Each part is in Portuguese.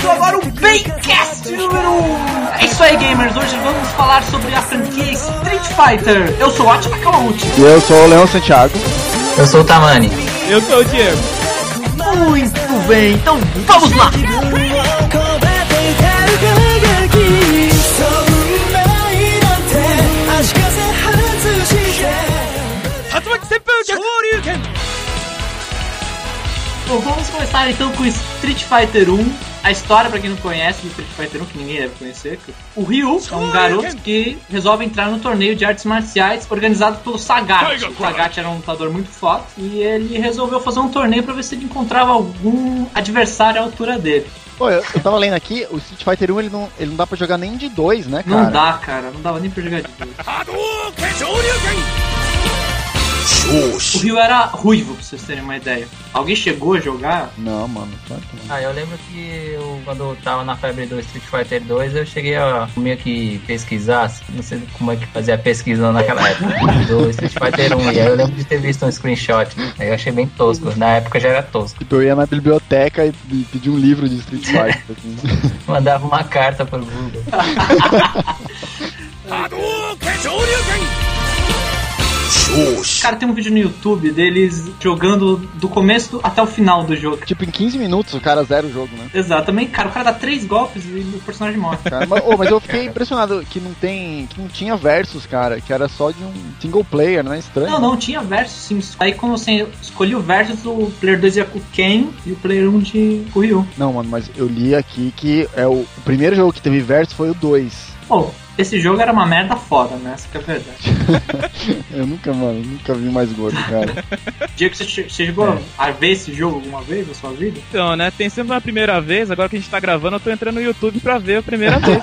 começando agora o Bencast número 1. É isso aí, gamers. Hoje vamos falar sobre a franquia Street Fighter. Eu sou o Atila Kawauchi. E eu sou o Leão Santiago. Eu sou o Tamani. Eu sou o Diego. Muito bem, então vamos lá. Bom, vamos começar então com Street Fighter 1. A história, pra quem não conhece, do Street Fighter 1, que ninguém deve conhecer. O Ryu é um garoto que resolve entrar no torneio de artes marciais organizado pelo Sagat. O Sagat era um lutador muito foda e ele resolveu fazer um torneio pra ver se ele encontrava algum adversário à altura dele. Pô, eu tava lendo aqui, o Street Fighter 1 ele não dá pra jogar nem de 2, né, cara? Não dá, cara, não dava nem pra jogar de 2. O Ryu era ruivo, pra vocês terem uma ideia. Alguém chegou a jogar? Não, mano, claro que não. Eu lembro que quando eu tava na febre do Street Fighter 2, eu cheguei a meio que pesquisar, não sei como é que fazia a pesquisa naquela época, do Street Fighter 1, e aí eu lembro de ter visto um screenshot, aí eu achei bem tosco, na época já era tosco. Tipo, eu ia na biblioteca e pedi um livro de Street Fighter. Assim. Mandava uma carta pro Google. Cara, tem um vídeo no YouTube deles jogando do começo até o final do jogo. Tipo, em 15 minutos o cara zera o jogo, né? Exatamente, cara, o cara dá 3 golpes e o personagem morre. Cara, mas eu fiquei impressionado que não tinha versus, cara, que era só de um single player, não é estranho? Não, tinha versus sim. Aí quando você escolhia o versus, o player 2 ia com o Ken e o player 1 com o Ryu. Não, mano, mas eu li aqui que o primeiro jogo que teve versus foi o 2. Pô, esse jogo era uma merda foda, né? Essa que é a verdade. Eu nunca vi mais gordo, cara. Diego, você chegou a ver esse jogo alguma vez na sua vida? Então, né, tem sempre uma primeira vez, agora que a gente tá gravando, eu tô entrando no YouTube pra ver a primeira vez.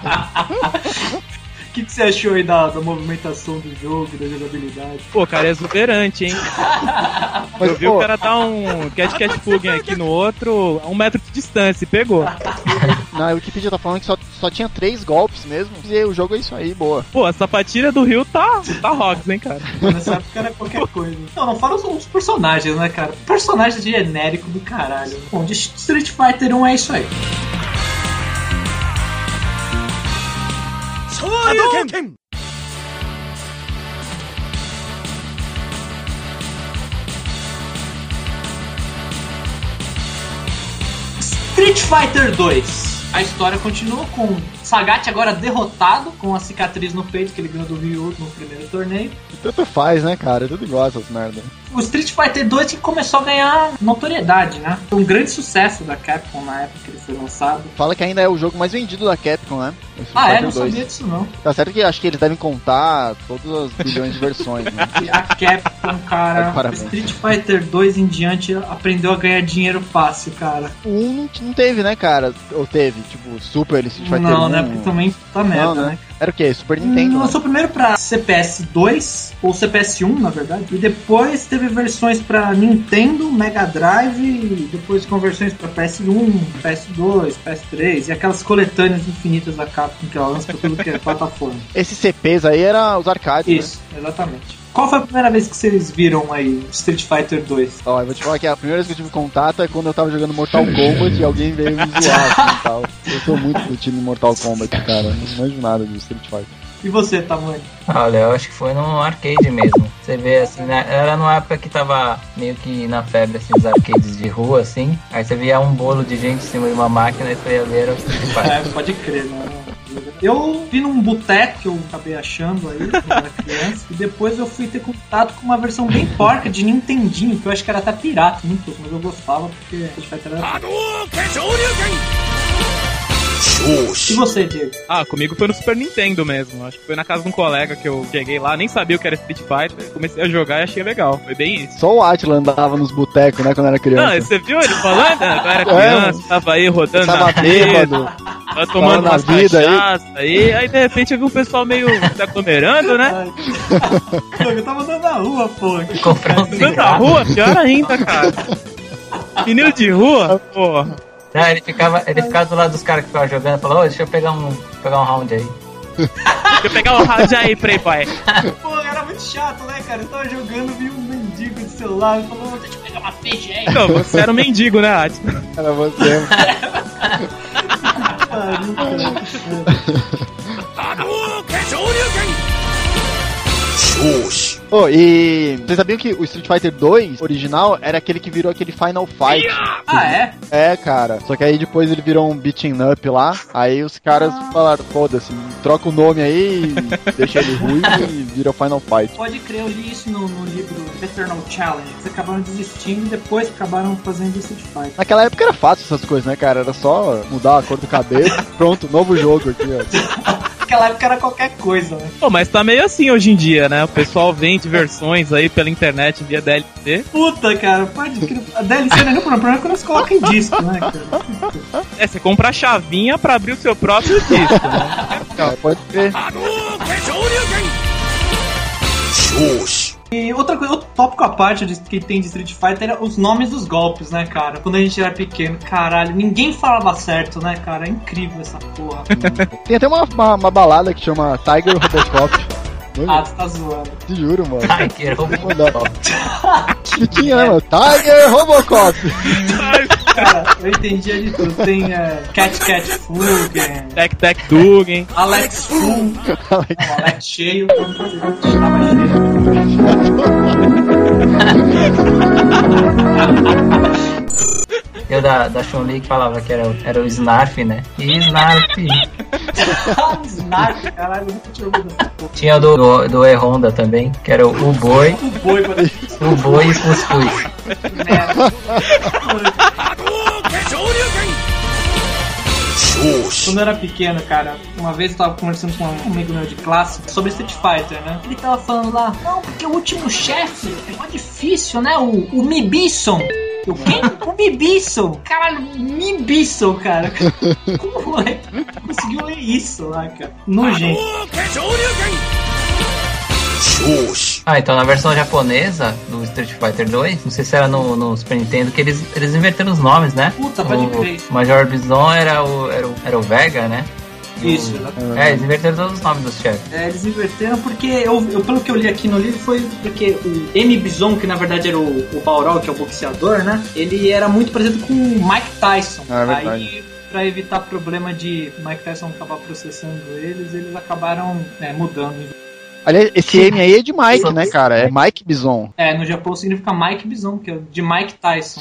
O que você achou aí da movimentação do jogo, da jogabilidade? Pô, cara, é exuberante, hein? Mas, eu vi o cara dar um cat pugging aqui no outro a 1 metro de distância e pegou. Na Wikipedia tá falando que só tinha 3 golpes mesmo. E o jogo é isso aí, boa. Pô, a sapatilha do Ryu tá rocks, hein, cara? Nessa época era qualquer coisa. Não fala os personagens, né, cara? Personagem genérico do caralho. Bom, de Street Fighter 1 é isso aí. Street Fighter 2. A história continua com Sagat agora derrotado, com a cicatriz no peito que ele ganhou do Ryu no primeiro torneio. Tanto faz, né, cara? Tudo igual essas merda. O Street Fighter 2 que começou a ganhar notoriedade, né? Foi um grande sucesso da Capcom na época que ele foi lançado. Fala que ainda é o jogo mais vendido da Capcom, né? Não sabia disso não. Tá certo que acho que eles devem contar todas as bilhões de versões, né? A Capcom, cara, Street Fighter 2 em diante aprendeu a ganhar dinheiro fácil, cara. O 1 não teve, né, cara? Ou teve, tipo, Super Street Fighter 1? Não, né? Porque também tá merda, né? Era o quê? Super Nintendo? Lançou primeiro pra CPS 2, ou CPS 1, na verdade. E depois teve versões pra Nintendo, Mega Drive, e depois conversões pra PS1, PS2, PS3, e aquelas coletâneas infinitas da Capcom que ela lança pra tudo que é plataforma. Esses CPs aí eram os arcades, Isso, né? Exatamente. Qual foi a primeira vez que vocês viram aí Street Fighter 2? Ó, eu vou te falar que a primeira vez que eu tive contato é quando eu tava jogando Mortal Kombat e alguém veio me zoar assim e tal. Eu sou muito do time Mortal Kombat, cara. Não manjo nada de Street Fighter. E você, Tamani? Olha, eu acho que foi no arcade mesmo. Você vê assim, né? Era numa época que tava meio que na febre, assim, os arcades de rua, assim. Aí você via um bolo de gente em cima de uma máquina e você ia ver o Street Fighter. Pode crer, né? Eu vi num boteco que eu acabei achando aí quando era criança, e depois eu fui ter contato com uma versão bem porca de Nintendinho, que eu acho que era até pirata, muito, mas eu gostava porque Street Fighter era... E você, Diego? Comigo foi no Super Nintendo mesmo. Acho que foi na casa de um colega que eu cheguei lá, nem sabia o que era Street Fighter. Comecei a jogar e achei legal. Foi bem isso. Só o Atila andava nos botecos, né, quando era criança. Não, você viu ele falando? Quando era criança, tava aí rodando tava na vida, bêbado, tomando umas vida cachaça aí de repente eu vi um pessoal meio se aglomerando, né? Eu tava andando na rua, pô. Andando na rua? Pior ainda, cara. Menino de rua? Porra. Não, ele ficava do lado dos caras que ficavam jogando e falou, deixa eu pegar um round aí. Deixa eu pegar um round aí, Playboy. Pô, era muito chato, né, cara? Eu tava jogando, vi um mendigo de celular e falou, deixa eu pegar uma peixe aí. Não, você era um mendigo, né, Adi? Era você. pariu, cara. Oh, e vocês sabiam que o Street Fighter 2 original era aquele que virou aquele Final Fight? Ah, é? É, cara. Só que aí depois ele virou um beating up lá. Aí os caras falaram, foda-se, troca o nome aí, deixa ele ruim e vira o Final Fight. Pode crer, eu li isso no livro Eternal Challenge. Eles acabaram desistindo e depois acabaram fazendo Street Fighter. Naquela época era fácil essas coisas, né, cara? Era só mudar a cor do cabelo, pronto, novo jogo aqui, ó. Naquela época era qualquer coisa, né? Pô, mas tá meio assim hoje em dia, né? O pessoal vende versões aí pela internet via DLC. Puta, cara, pode crer. A DLC não é o problema é quando você coloca em disco, né, cara? É, você compra a chavinha pra abrir o seu próprio disco, né? É, pode crer. E outra coisa, outro tópico à parte que tem de Street Fighter era os nomes dos golpes, né, cara? Quando a gente era pequeno, caralho, ninguém falava certo, né, cara? É incrível essa porra. Tem até uma balada que chama Tiger Robocop. Ah, tu tá zoando. Te juro, mano. Tiger Robocop. Que tinha, né, mano? Tiger Robocop. Cara, eu entendia de tudo. Tem Cat Fugen, Tec Dugan. Alex Full, Alex cheio, tava cheio. Eu da Chun-Li que falava que era o Snarf, né? Snarf. Snarf, caralho, eu nunca tinha ouvido essa porra. Tinha o do E-Honda também, que era o Boi. O boi, O Boi e Fusfus. merda. Quando eu era pequeno, cara, uma vez eu tava conversando com um amigo meu de classe sobre Street Fighter, né? Ele tava falando lá, não, porque o último chefe é mais difícil, né? O Mibison. Eu, quem? O Mibison. Caralho, Mibison, cara. Como é que conseguiu ler isso lá, cara? Nojento. Ah, então na versão japonesa do Street Fighter 2, não sei se era no Super Nintendo, que eles inverteram os nomes, né? Puta, pode crer. O Major Bison era o Vega, né? Isso, eles inverteram todos os nomes dos chefes. Eles inverteram porque, eu, pelo que eu li aqui no livro, foi porque o M. Bison, que na verdade era o Balrog, que é o boxeador, né? Ele era muito parecido com o Mike Tyson. Aí, pra evitar problema de Mike Tyson acabar processando eles acabaram mudando. Aliás, esse M aí é de Mike, né, cara? É Mike Bison. É, no Japão significa Mike Bison, que é de Mike Tyson.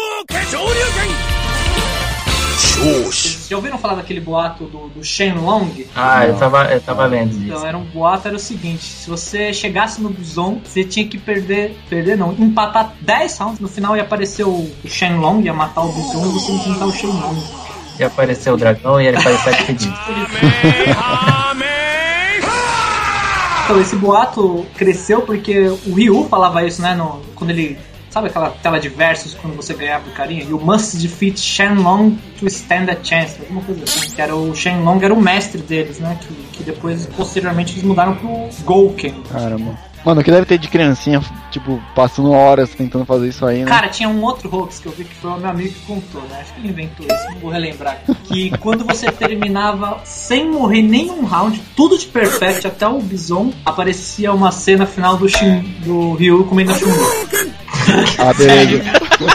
Vocês já ouviram falar daquele boato do Shenlong? Ah, eu tava lendo isso. Então, era um boato, era o seguinte, se você chegasse no Bison, você tinha que empatar 10 rounds, no final ia aparecer o Shenlong, ia matar o Bison e você ia enfrentar o Shenlong. Ia aparecer o dragão e ele faz 7 pedidos. Então, esse boato cresceu porque o Ryu falava isso, né, quando ele... Sabe aquela tela de versos quando você ganhava o carinha? You must defeat Shenlong to stand a chance. Alguma coisa assim. Que era o Shenlong era o mestre deles, né? Que depois, posteriormente, eles mudaram pro Gouken. Caramba. Mano, o que deve ter de criancinha, tipo, passando horas tentando fazer isso aí, né? Cara, tinha um outro hoax que eu vi que foi o meu amigo que contou, né? Acho que ele inventou isso, não vou relembrar. Que quando você terminava sem morrer nenhum round, tudo de perfect até o Bison, aparecia uma cena final do Ryu comendo a Chun-Li. Ah, beleza.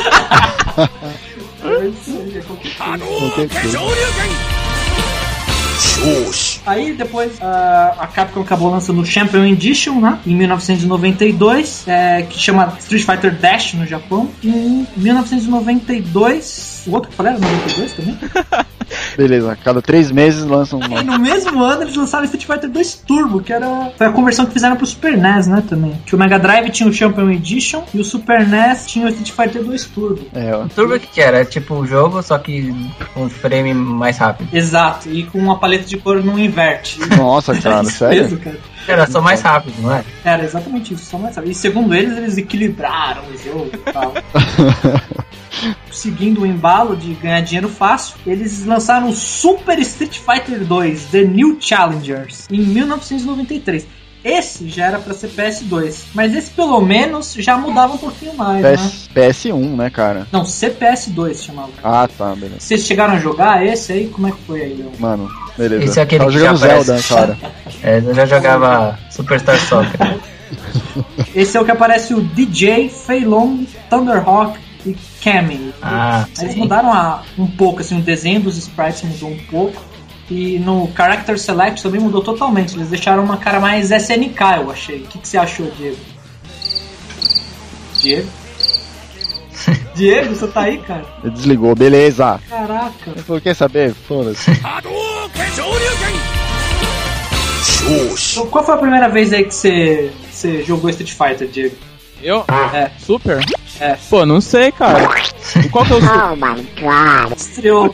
Aí depois a Capcom acabou lançando o Champion Edition, né? Em 1992, que chama Street Fighter Dash no Japão. E em 1992, o outro que eu falei era 92 também? Beleza, cada 3 meses lançam E no mesmo ano eles lançaram Street Fighter 2 Turbo, que foi a conversão que fizeram pro Super NES, né, também. Que o Mega Drive tinha o Champion Edition e o Super NES tinha o Street Fighter 2 Turbo. O Turbo o que era? É tipo o jogo, só que com um frame mais rápido. Exato, e com uma paleta de cor não inverte. Nossa, cara, sério? Cara. Era só mais rápido, não é? Era exatamente isso, só mais rápido. E segundo eles equilibraram o jogo e tal. Seguindo o embalo de ganhar dinheiro fácil, eles lançaram o Super Street Fighter 2 The New Challengers em 1993. Esse já era pra ser PS2, mas esse pelo menos já mudava um pouquinho mais, né? PS1, né, cara? Não, CPS2 chamava. Ah, tá, beleza. Vocês chegaram a jogar esse aí? Como é que foi aí, Leon? Mano, beleza. Esse é aquele tava que jogando já Zelda, cara. Eu já jogava Superstar Soccer. Esse é o que aparece o DJ, Fei Long, Thunderhawk e Cammy. Ah, Eles mudaram um pouco, assim, o desenho dos sprites mudou um pouco. E no Character Select também mudou totalmente. Eles deixaram uma cara mais SNK, eu achei. O que você achou, Diego? Diego, você tá aí, cara? Ele desligou, beleza. Caraca. Ele falou, quer saber? Foda-se. Então, qual foi a primeira vez aí que você jogou Street Fighter, Diego? Eu? É. Super? É. Pô, não sei, cara. Qual que é o Super? Oh my god. Estreou.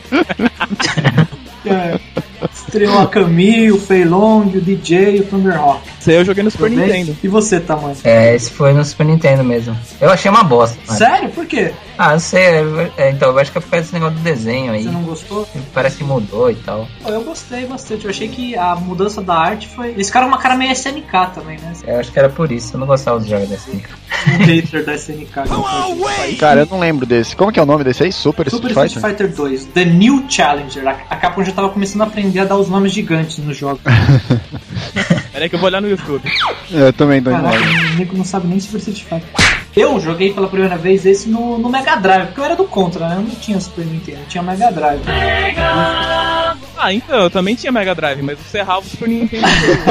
Estreou a Camille, o Fei Long, o DJ e o Thunderhawk. Sei, eu joguei no Super Nintendo. E você, Tamanho? Esse foi no Super Nintendo mesmo. Eu achei uma bosta. Mas... Sério? Por quê? Não sei. Então, eu acho que é por causa desse negócio do desenho aí. Você não gostou? Parece que mudou e tal. Pô, eu gostei bastante. Eu achei que a mudança da arte foi... Eles ficaram uma cara meio SNK também, né? Eu acho que era por isso. Eu não gostava dos jogos da SNK. Um hater da SNK. Cara, eu não lembro desse. Como que é o nome desse aí? Super Street Fighter 2. The New Challenger. A Capcom já tava começando a aprender a dar os nomes gigantes nos jogos. Peraí que eu vou olhar no YouTube. Eu também tô Caraca, indo. o nego não sabe nem Super Street Fighter. Eu joguei pela primeira vez esse no Mega Drive, porque eu era do Contra, né? Eu não tinha Super Nintendo, eu tinha Mega Drive. Ah, então, eu também tinha Mega Drive, mas você errava o Super Nintendo.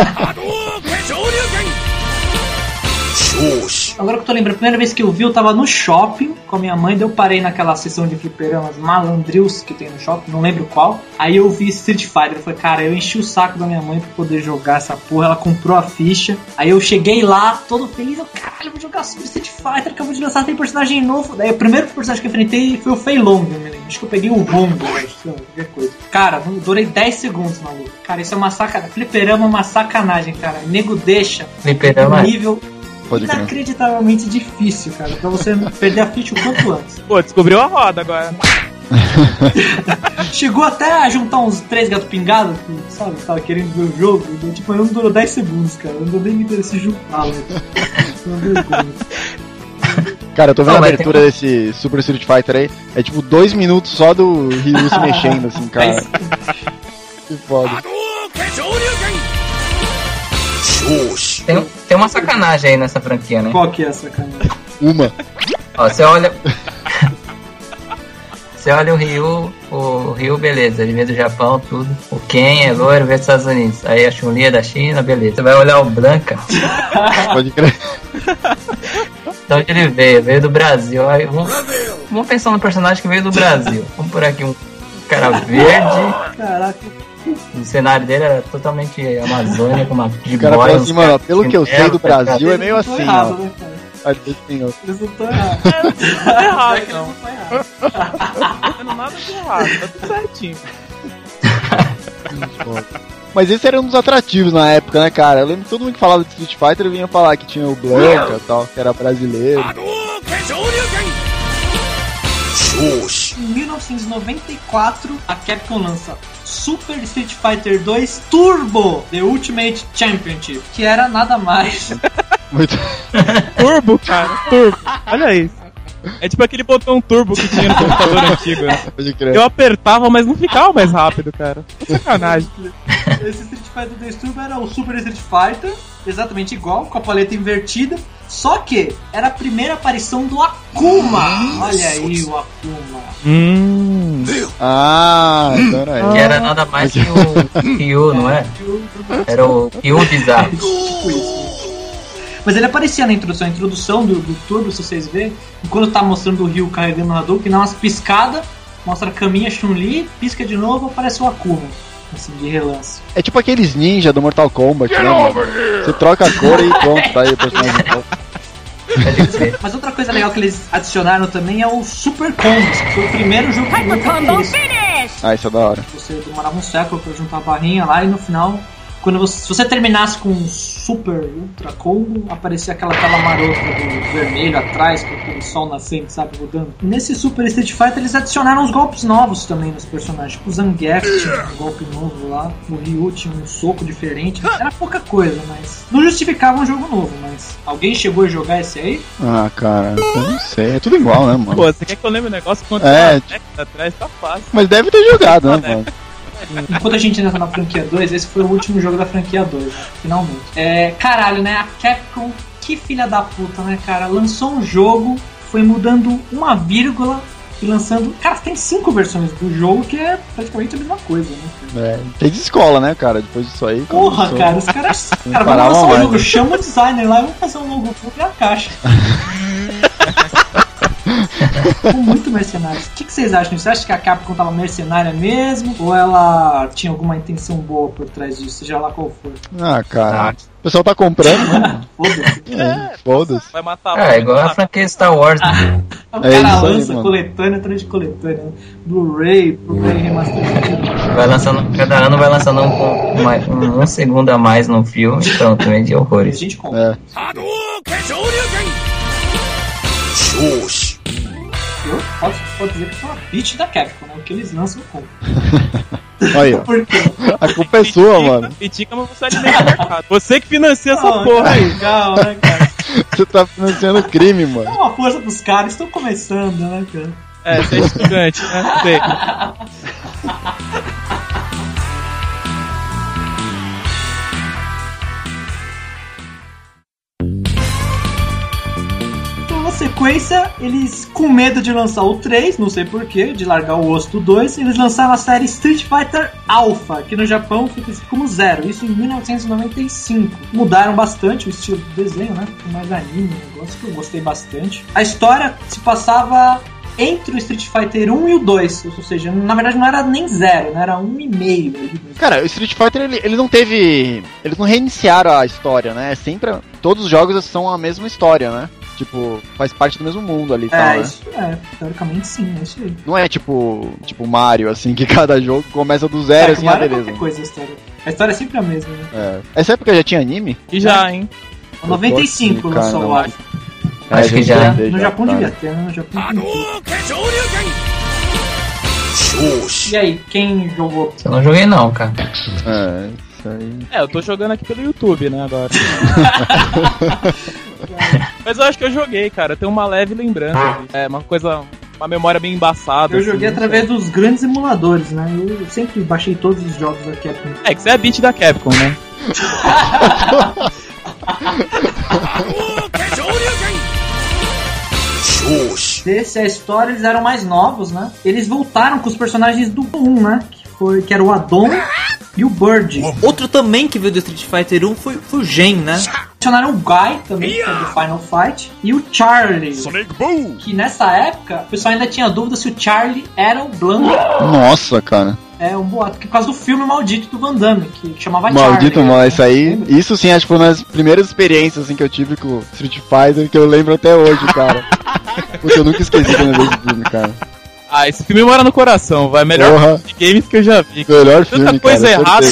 Agora que eu tô lembrando, a primeira vez que eu vi, eu tava no shopping com a minha mãe, daí eu parei naquela sessão de fliperamas malandrills que tem no shopping, não lembro qual. Aí eu vi Street Fighter, eu falei, cara, eu enchi o saco da minha mãe pra poder jogar essa porra, ela comprou a ficha. Aí eu cheguei lá, todo feliz, eu, caralho, vou jogar Super Street Fighter, acabou de lançar, tem personagem novo. Daí o primeiro personagem que eu enfrentei foi o Fei Long, eu me lembro. Acho que eu peguei o Hongo, qualquer coisa. Cara, eu durei 10 segundos na luta. Cara, isso é uma sacanagem. Fliperama é uma sacanagem, cara. O nego deixa Fliperama um nível Pode crer. inacreditavelmente difícil, cara, pra você perder a ficha o quanto antes. Pô, descobriu a roda agora. Chegou até a juntar uns 3 gatos pingados, que, sabe, tava querendo ver o jogo, e, tipo, não durou 10 segundos, cara, não deu nem interesse de juntar, né? Uma vergonha. Cara, eu tô vendo Não, a mas abertura desse Super Street Fighter aí. É tipo 2 minutos só do Ryu se mexendo, assim, cara. Que foda. Tem uma sacanagem aí nessa franquia, né? Qual que é essa, cara? Uma. Ó, você olha. Você olha o Ryu, beleza, ele veio do Japão, tudo. O Ken é loiro, veio dos Estados Unidos. Aí a Chun-Li é da China, beleza. Você vai olhar o Blanca. Pode crer. De onde ele veio do Brasil. Aí, vamos pensar no personagem que veio do Brasil. Vamos por aqui um cara verde. Caraca. O cenário dele era totalmente Amazônia, com uma O cara falou assim, mano, pelo que eu sei do Brasil é meio assim, errado, ó. né, cara? Assim, ó. Eles não estão errados. Não tá errado, Eles não. não estão errados. Não tá fazendo nada de errado, tá tudo certinho. Mas esse era um dos atrativos na época, né, cara? Eu lembro que todo mundo que falava de Street Fighter vinha falar que tinha o Blanca e tal, que era brasileiro. Em 1994, a Capcom lança Super Street Fighter 2 Turbo The Ultimate Championship, que era nada mais. Muito. Turbo, cara, turbo. Olha isso. É tipo aquele botão turbo que tinha no computador antigo, né? Pode crer. Eu apertava, mas não ficava mais rápido, cara. Que sacanagem. Esse Street Fighter 2 Turbo era o Super Street Fighter, exatamente igual, com a paleta invertida. Só que era a primeira aparição do Akuma. Olha aí o Akuma. Ah, então era Que ele. era nada mais que o Ryu, não é? Era o Ryu bizarro. Tipo isso. Mas ele aparecia na introdução. A introdução do Turbo, se vocês verem, quando tá mostrando o Ryu carregando o Hadouken, dá umas piscadas, mostra a caminha Chun-Li, pisca de novo, aparece o Akuma. Assim, de relance. É tipo aqueles ninja do Mortal Kombat, né, mano? Você troca a cor e pronto, tá aí o personagem novo. Mas outra coisa legal que eles adicionaram também é o Super Combos, que foi o primeiro jogo que Ah, isso é da hora. você demorava um século pra juntar a barrinha lá e no final, se você terminasse com um Super Ultra Combo, aparecia aquela tela marota do vermelho atrás, com aquele sol nascente, sabe, rodando. Nesse Super Street Fighter eles adicionaram os golpes novos também nos personagens. Tipo o Zangief tinha um golpe novo lá, o Ryu tinha um soco diferente. Era pouca coisa, mas não justificava um jogo novo. Mas alguém chegou a jogar esse aí? Ah, cara, eu não sei. É tudo igual, né, mano? Pô, você quer que eu lembre um negócio quando É, uma década atrás? Tá fácil. Mas deve ter jogado, né, mano? Enquanto a gente ainda tá na franquia 2, esse foi o último jogo da franquia 2, né? Finalmente. Caralho, né? A Capcom, que filha da puta, né, cara? Lançou um jogo, foi mudando uma vírgula e lançando... Cara, tem 5 versões do jogo que é praticamente a mesma coisa, né? É, fez escola, né, cara? Depois disso aí... Porra, cara, os caras... Cara, vamos lançar o jogo, chama o designer lá e vamos fazer um logo e a caixa. Com muito mercenários. O que vocês acham? Você acha que a Capcom tava mercenária mesmo? Ou ela tinha alguma intenção boa por trás disso, seja lá qual for? Ah, cara... O pessoal tá comprando, né? Foda-se. Foda-se. Vai matar. Igual a franquia Star Wars. Né? O cara lança coletânea atrás de coletânea. Blu-ray remasterizado. Vai lançando, cada ano vai lançando um segundo a mais no filme, então também de horrores. A gente compra. Eu posso dizer que foi uma bitch da Capcom, né? O que eles lançam eu compro. Olha, por quê? a culpa é sua, mano. Critica, mas você alimenta o mercado. Você que financia essa porra aí. Legal, né, cara? Você tá financiando crime, mano. É uma força dos caras, estão começando, né, cara? É, você é estudante, né? Sei. Na sequência, eles, com medo de lançar o 3, não sei porquê, de largar o osso do 2, eles lançaram a série Street Fighter Alpha, que no Japão foi conhecido como Zero, isso em 1995. Mudaram bastante o estilo do desenho, né? Mais anime, um negócio que eu gostei bastante. A história se passava entre o Street Fighter 1 e o 2, ou seja, na verdade não era nem 0, né? Era 1,5. Cara, o Street Fighter, ele não teve... Eles não reiniciaram a história, né? Sempre... Todos os jogos são a mesma história, né? Tipo, faz parte do mesmo mundo ali e tal, né? Isso teoricamente sim, é isso aí. Não é tipo Mario, assim, que cada jogo começa do zero, assim, Mario beleza. É coisa, a história é sempre a mesma, né? É. Essa época já tinha anime? E já, hein? 95 lançou o Alpha. Acho que já. No Japão devia ter, né? No Japão E aí, quem jogou? Eu não joguei não, cara. É, isso aí. Eu tô jogando aqui pelo YouTube, né, agora. Mas eu acho que eu joguei, cara. Eu tenho uma leve lembrança. É, uma memória bem embaçada. Eu joguei através dos grandes emuladores, né? Eu sempre baixei todos os jogos da Capcom. É, que você é beat da Capcom, né? Desse a história, eles eram mais novos, né? Eles voltaram com os personagens do 1, né? Que era o Adon e o Bird. Outro também que veio do Street Fighter 1 foi o Gen, né? Adicionaram o Guy também, que é do Final Fight, e o Charlie. Sonic Boom! Que nessa época, o pessoal ainda tinha dúvida se o Charlie era o Blanc. Nossa, cara. É um boato, que por causa do filme maldito do Van Damme, que chamava Maldito, Charlie. mano, isso aí. Isso sim, acho que foi uma das primeiras experiências assim, que eu tive com Street Fighter, que eu lembro até hoje, cara. Porque eu nunca esqueci quando eu vi esse filme, cara. Ah, esse filme mora no coração, vai. Melhor de games que eu já vi. Melhor Tanta filme, coisa cara, errada.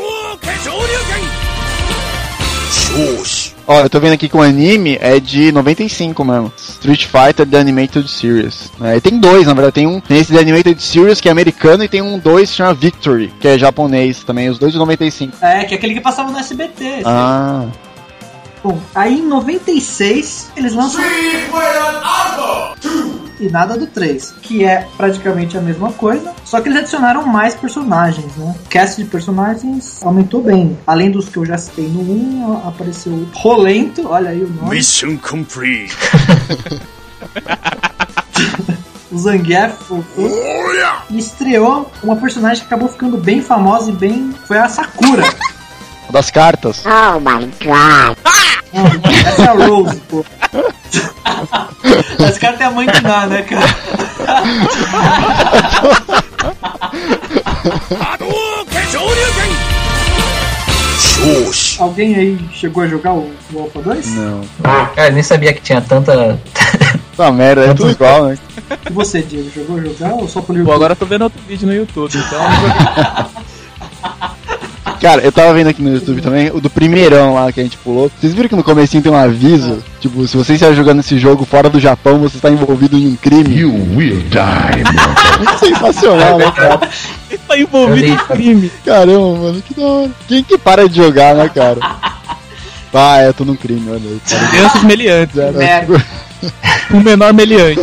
Ó, eu tô vendo aqui que o anime é de 95 mesmo. Street Fighter The Animated Series. E tem dois, na verdade. Tem esse The Animated Series, que é americano, e tem dois que chama Victory, que é japonês também. Os dois de 95. É, que é aquele que passava no SBT. Ah. Bom, aí em 96 eles lançam e nada do 3, que é praticamente a mesma coisa, só que eles adicionaram mais personagens, né? O cast de personagens aumentou bem. Além dos que eu já citei no 1, apareceu o Rolento, olha aí o nome. Mission complete. O Zangief voltou e estreou uma personagem que acabou ficando bem famosa e foi a Sakura. Das cartas. Oh my god. Não, essa é a Rose, pô. Esse cara tem a mãe de nada, né, cara? Alguém aí chegou a jogar o Alpha 2? Não. Cara, nem sabia que tinha tanta... Essa merda, é tudo igual, né? E você, Diego, chegou a jogar ou só pelo YouTube? Pô, agora eu tô vendo outro vídeo no YouTube, então eu não joguei. Cara, eu tava vendo aqui no YouTube também, o do primeirão lá que a gente pulou. Vocês viram que no comecinho tem um aviso? Tipo, se você estiver jogando esse jogo fora do Japão, você está envolvido em um crime. You will die, muito sensacional, né, cara? Ele tá envolvido em crime. Caramba, mano, que da hora. Quem que para de jogar, né, cara? Ah, eu tô num crime, olha aí. Crianças meliantes. Merda. Um menor meliante.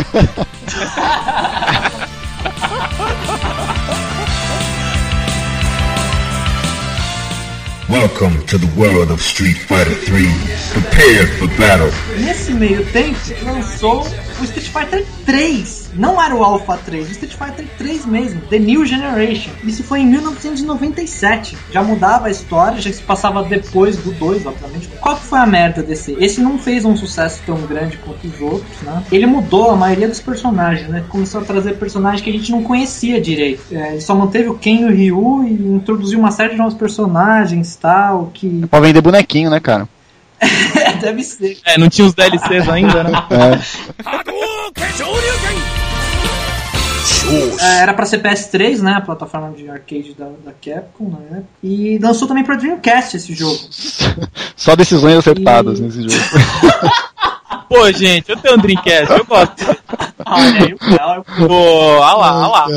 Welcome to the world of Street Fighter 3. Prepare for battle. Nesse meio tempo, lançou o Street Fighter 3. Não era o Alpha 3, o Street Fighter 3 mesmo, The New Generation. Isso foi em 1997. Já mudava a história, já se passava depois do 2, obviamente. Qual que foi a merda desse? Esse não fez um sucesso tão grande quanto os outros, né? Ele mudou a maioria dos personagens, né? Começou a trazer personagens que a gente não conhecia direito. Ele só manteve o Ken e o Ryu e introduziu uma série de novos personagens, tal, que... Pra vender bonequinho, né, cara? Deve ser. Não tinha os DLCs ainda, né? Era pra ser PS3, né? A plataforma de arcade da Capcom, né? E lançou também pra Dreamcast esse jogo. Só decisões acertadas nesse jogo. Pô, gente, eu tenho um Dreamcast, eu gosto. Olha aí, Pô, olha lá.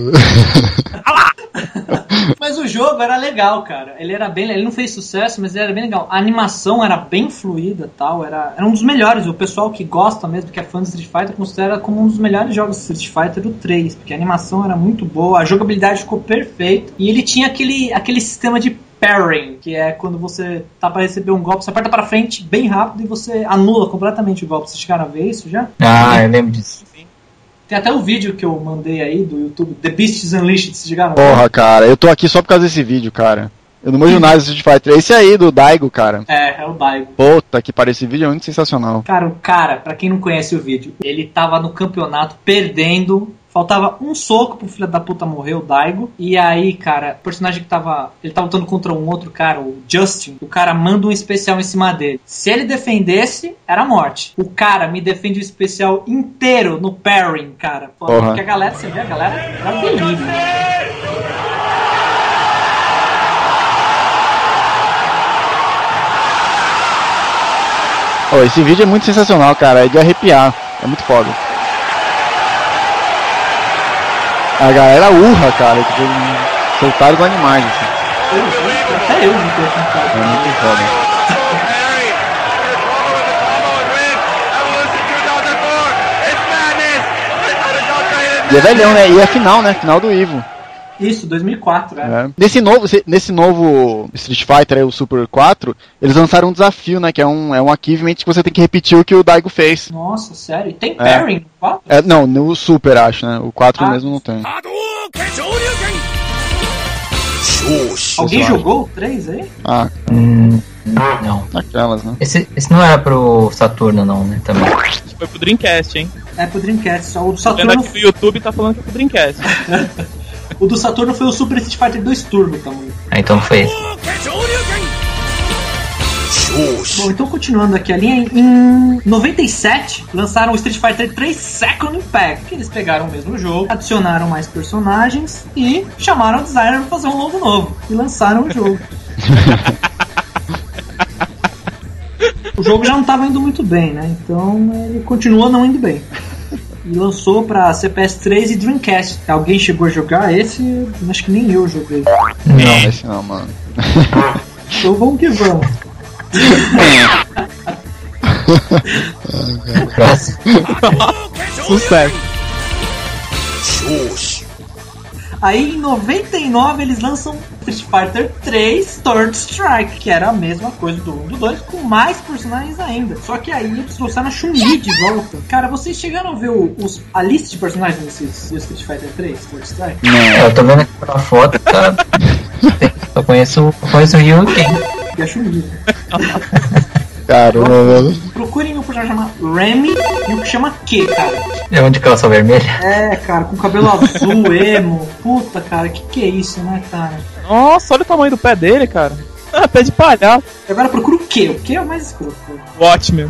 Mas o jogo era legal, cara. Ele não fez sucesso, mas ele era bem legal. A animação era bem fluida, tal. Era um dos melhores. O pessoal que gosta mesmo, que é fã de Street Fighter, considera como um dos melhores jogos de Street Fighter o 3, porque a animação era muito boa, a jogabilidade ficou perfeita e ele tinha aquele sistema de parrying, que é quando você tá pra receber um golpe, você aperta pra frente bem rápido e você anula completamente o golpe. Vocês chegaram a ver isso já? Eu lembro disso. Tem até o vídeo que eu mandei aí do YouTube, The Beasts Unleashed, vocês chegaram a ver? Porra, cara, eu tô aqui só por causa desse vídeo, cara. Eu não manjo nada de Street Fighter. Esse aí, do Daigo, cara. É o Daigo. Puta que pariu, esse vídeo é muito sensacional. Cara, pra quem não conhece o vídeo, ele tava no campeonato perdendo. Faltava um soco pro filho da puta morrer, o Daigo. E aí, cara, o personagem que ele tava lutando contra um outro cara, o Justin. O cara manda um especial em cima dele. Se ele defendesse, era morte. O cara me defende o especial inteiro no parrying, cara. Porque a galera, você vê, a galera era delírio. Esse vídeo é muito sensacional, cara. É de arrepiar. É muito foda. A galera urra, cara, que soltaram os animais, assim. Até eu não tô tentado. É muito foda. E é velhão, né? E é final, né? Final do Evo. Isso, 2004, Nesse novo Street Fighter, o Super 4, eles lançaram um desafio, né? Que é um achievement que você tem que repetir o que o Daigo fez. Nossa, sério? Tem parrying no 4? Não, no Super, acho, né? O 4 mesmo não tem. Alguém jogou o 3 aí? Não. Aquelas, né? Esse não era pro Saturno, não, né? Também. Foi pro Dreamcast, hein? É pro Dreamcast. Só o do Saturno... Saturno... aqui no YouTube tá falando que é pro Dreamcast. O do Saturno foi o Super Street Fighter 2 Turbo também. Então foi esse. Bom, então continuando aqui a linha, em 97 lançaram o Street Fighter 3 Second Impact, que eles pegaram o mesmo jogo, adicionaram mais personagens e chamaram o designer para fazer um logo novo e lançaram o jogo. O jogo já não estava indo muito bem, né? Então ele continua não indo bem. E lançou pra CPS3 e Dreamcast. Alguém chegou a jogar esse? Acho que nem eu joguei. Não, esse não, mano. Então vamos que vamos. Sucesso. Aí em 99 eles lançam Street Fighter 3 Third Strike, que era a mesma coisa do 1 e do 2, com mais personagens ainda. Só que aí eles trouxeram a Chun-Li de volta. Cara, vocês chegaram a ver a lista de personagens desse Street Fighter 3 Third Strike? Eu tô vendo aqui pela foto, cara. Eu conheço o Ryu e Ken. E a Chun-Li. Caramba, mano. Procurem um personagem chamado Remy e um que chama Q, cara. É um de calça vermelha? É, cara, com cabelo azul, emo. Puta, cara, que é isso, né, cara? Nossa, olha o tamanho do pé dele, cara. Pé de palhaço. Agora procura o Q. O Q é o mais escroto. Watchmen.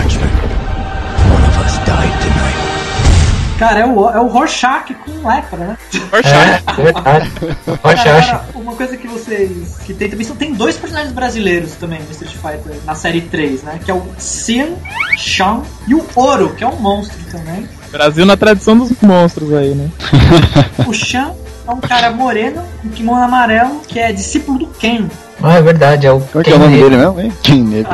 Cara, é o Rorschach com lepra, né? Rorschach. É verdade. Rorschach. Cara, uma coisa que tem também tem dois personagens brasileiros também no Street Fighter, na série 3, né? Que é o Xian, Shang e o Oro, que é um monstro também. Brasil na tradição dos monstros aí, né? O Shang é um cara moreno, com kimono amarelo, que é discípulo do Ken. É verdade, é o Qual que é o nome dele mesmo, hein? Ken Negro.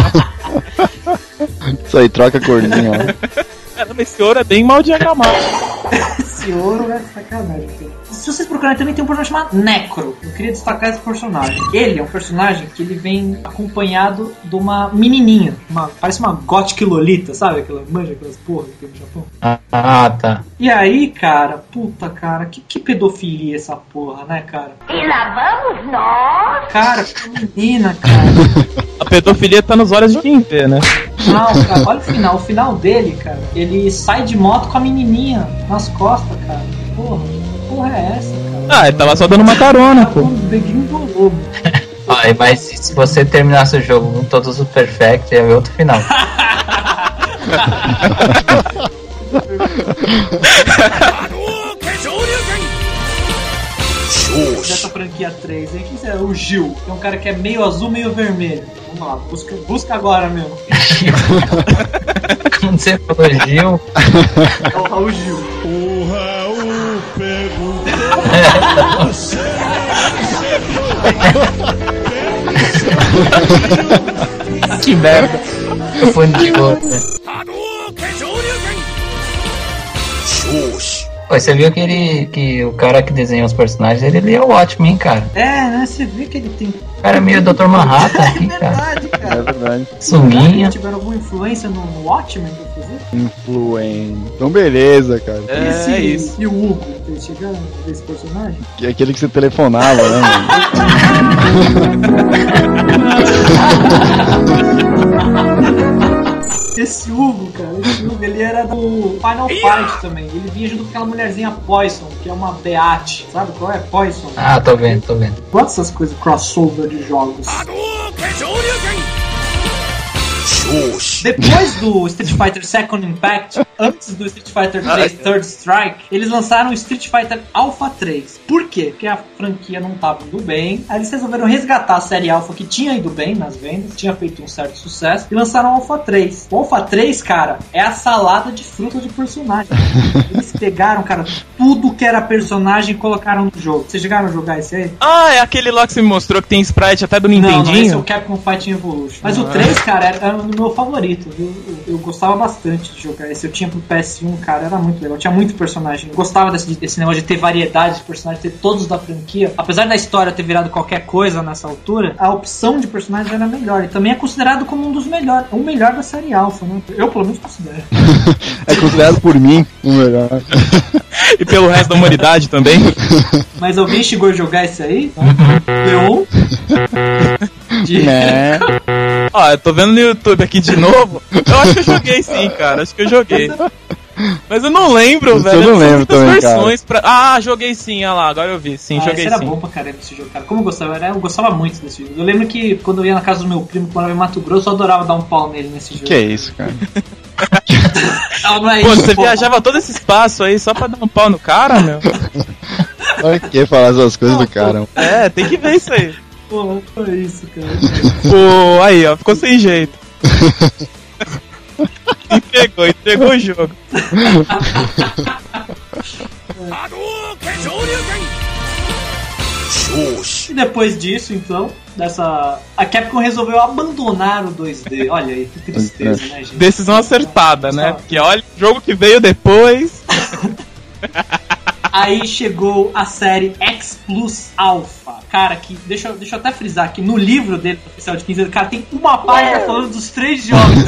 Isso aí, troca a corzinha, ó. Caramba, esse ouro é bem mal diagramado. Esse ouro é sacanagem. Se vocês procurarem Conan também tem um personagem chamado Necro. Eu queria destacar esse personagem. Ele é um personagem que ele vem acompanhado de uma menininha. Parece uma gothic lolita, sabe? Manja aquelas porra que tem no Japão. Ah, tá. E aí, cara, puta, cara, que pedofilia essa porra, né, cara? E lá vamos nós! Cara, que menina, cara. A pedofilia tá nos olhos de quem vê, né? Não, cara, olha o final dele, cara. Ele sai de moto com a menininha nas costas, cara. Porra é essa, cara? Ah, ele tava só dando uma carona, pô. Mas se você terminasse o jogo com todos os perfect, ia ver outro final. Dessa franquia 3 aí, quem é o Gil? É um cara que é meio azul, meio vermelho. Vamos lá, busca agora mesmo. Quando você falou Gil. É o Raul Gil. O Raul perguntou. Que merda. Eu fui de outra. Você viu que o cara que desenhou os personagens, ele é o Watchmen, hein, cara? É, né? Você vê que ele tem... O cara é meio Dr. Manhattan aqui, é cara. verdade, cara. É verdade. Sunguinha. Tiveram alguma influência no Watchmen pra fazer? Então beleza, cara. É isso. E o Hugo? Vocês chegaram a ver esse personagem? Que é aquele que você telefonava, né, mano? Esse Hugo, cara, ele era do Final Fight também. Ele vinha junto com aquela mulherzinha Poison, que é uma Beat. Sabe qual é? Poison. Ah, tô vendo. Gosto dessas coisas crossover de jogos. Depois do Street Fighter Second Impact, antes do Street Fighter 3 Third Strike, eles lançaram o Street Fighter Alpha 3. Por quê? Porque a franquia não estava indo bem. Aí eles resolveram resgatar a série Alpha, que tinha ido bem nas vendas, tinha feito um certo sucesso, e lançaram o Alpha 3. O Alpha 3, cara, é a salada de fruta de personagem. Eles pegaram, cara, tudo que era personagem e colocaram no jogo. Vocês chegaram a jogar esse aí? Ah, é aquele lá que você me mostrou que tem sprite até do Nintendinho? Não, esse é o Capcom Fighting Evolution. Mas o 3, cara, era o meu favorito, viu? Eu gostava bastante de jogar esse. Eu tinha pro PS1, cara, era muito legal. Tinha muito personagem. Eu gostava desse negócio de ter variedade de personagens, ter todos da franquia. Apesar da história ter virado qualquer coisa nessa altura, a opção de personagens era melhor. E também é considerado como um dos melhores, o melhor da série Alpha, né? Eu, pelo menos, considero. É considerado por mim o melhor. E pelo resto da humanidade também. Mas alguém chegou a jogar esse aí? Eu? Né? Ó, eu tô vendo no YouTube aqui de novo. Eu acho que eu joguei sim, cara. Acho que eu joguei. Mas eu não lembro, velho. Eu não lembro também, versões cara. Ah, joguei sim, olha lá, agora eu vi. Sim, joguei esse sim. Era bom pra caramba esse jogo, cara. Como eu gostava muito desse jogo. Eu lembro que quando eu ia na casa do meu primo, quando eu era em Mato Grosso, eu adorava dar um pau nele nesse jogo. Que é isso, cara? Não é Pô, isso, você viajava todo esse espaço aí só pra dar um pau no cara, meu? Olha que falar essas coisas do cara. É, tem que ver isso aí. Pô, foi isso, cara. Pô, aí, ó, ficou sem jeito. Entregou o jogo. E depois disso, então, a Capcom resolveu abandonar o 2D. Olha aí, que tristeza, né, gente? Decisão acertada, né? Porque olha, o jogo que veio depois. Aí chegou a série X Plus Alpha. Cara, que deixa eu até frisar que no livro dele, oficial de 15 anos, cara, tem uma página falando dos 3 jogos.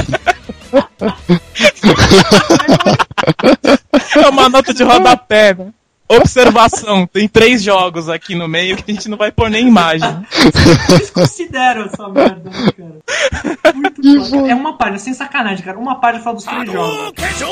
É uma nota de rodapé, né? Observação, tem 3 jogos aqui no meio que a gente não vai pôr nem imagem. Eles consideram essa merda, né, cara? Muito bom. É uma página, sem sacanagem, cara. Uma página fala dos 3 jogos.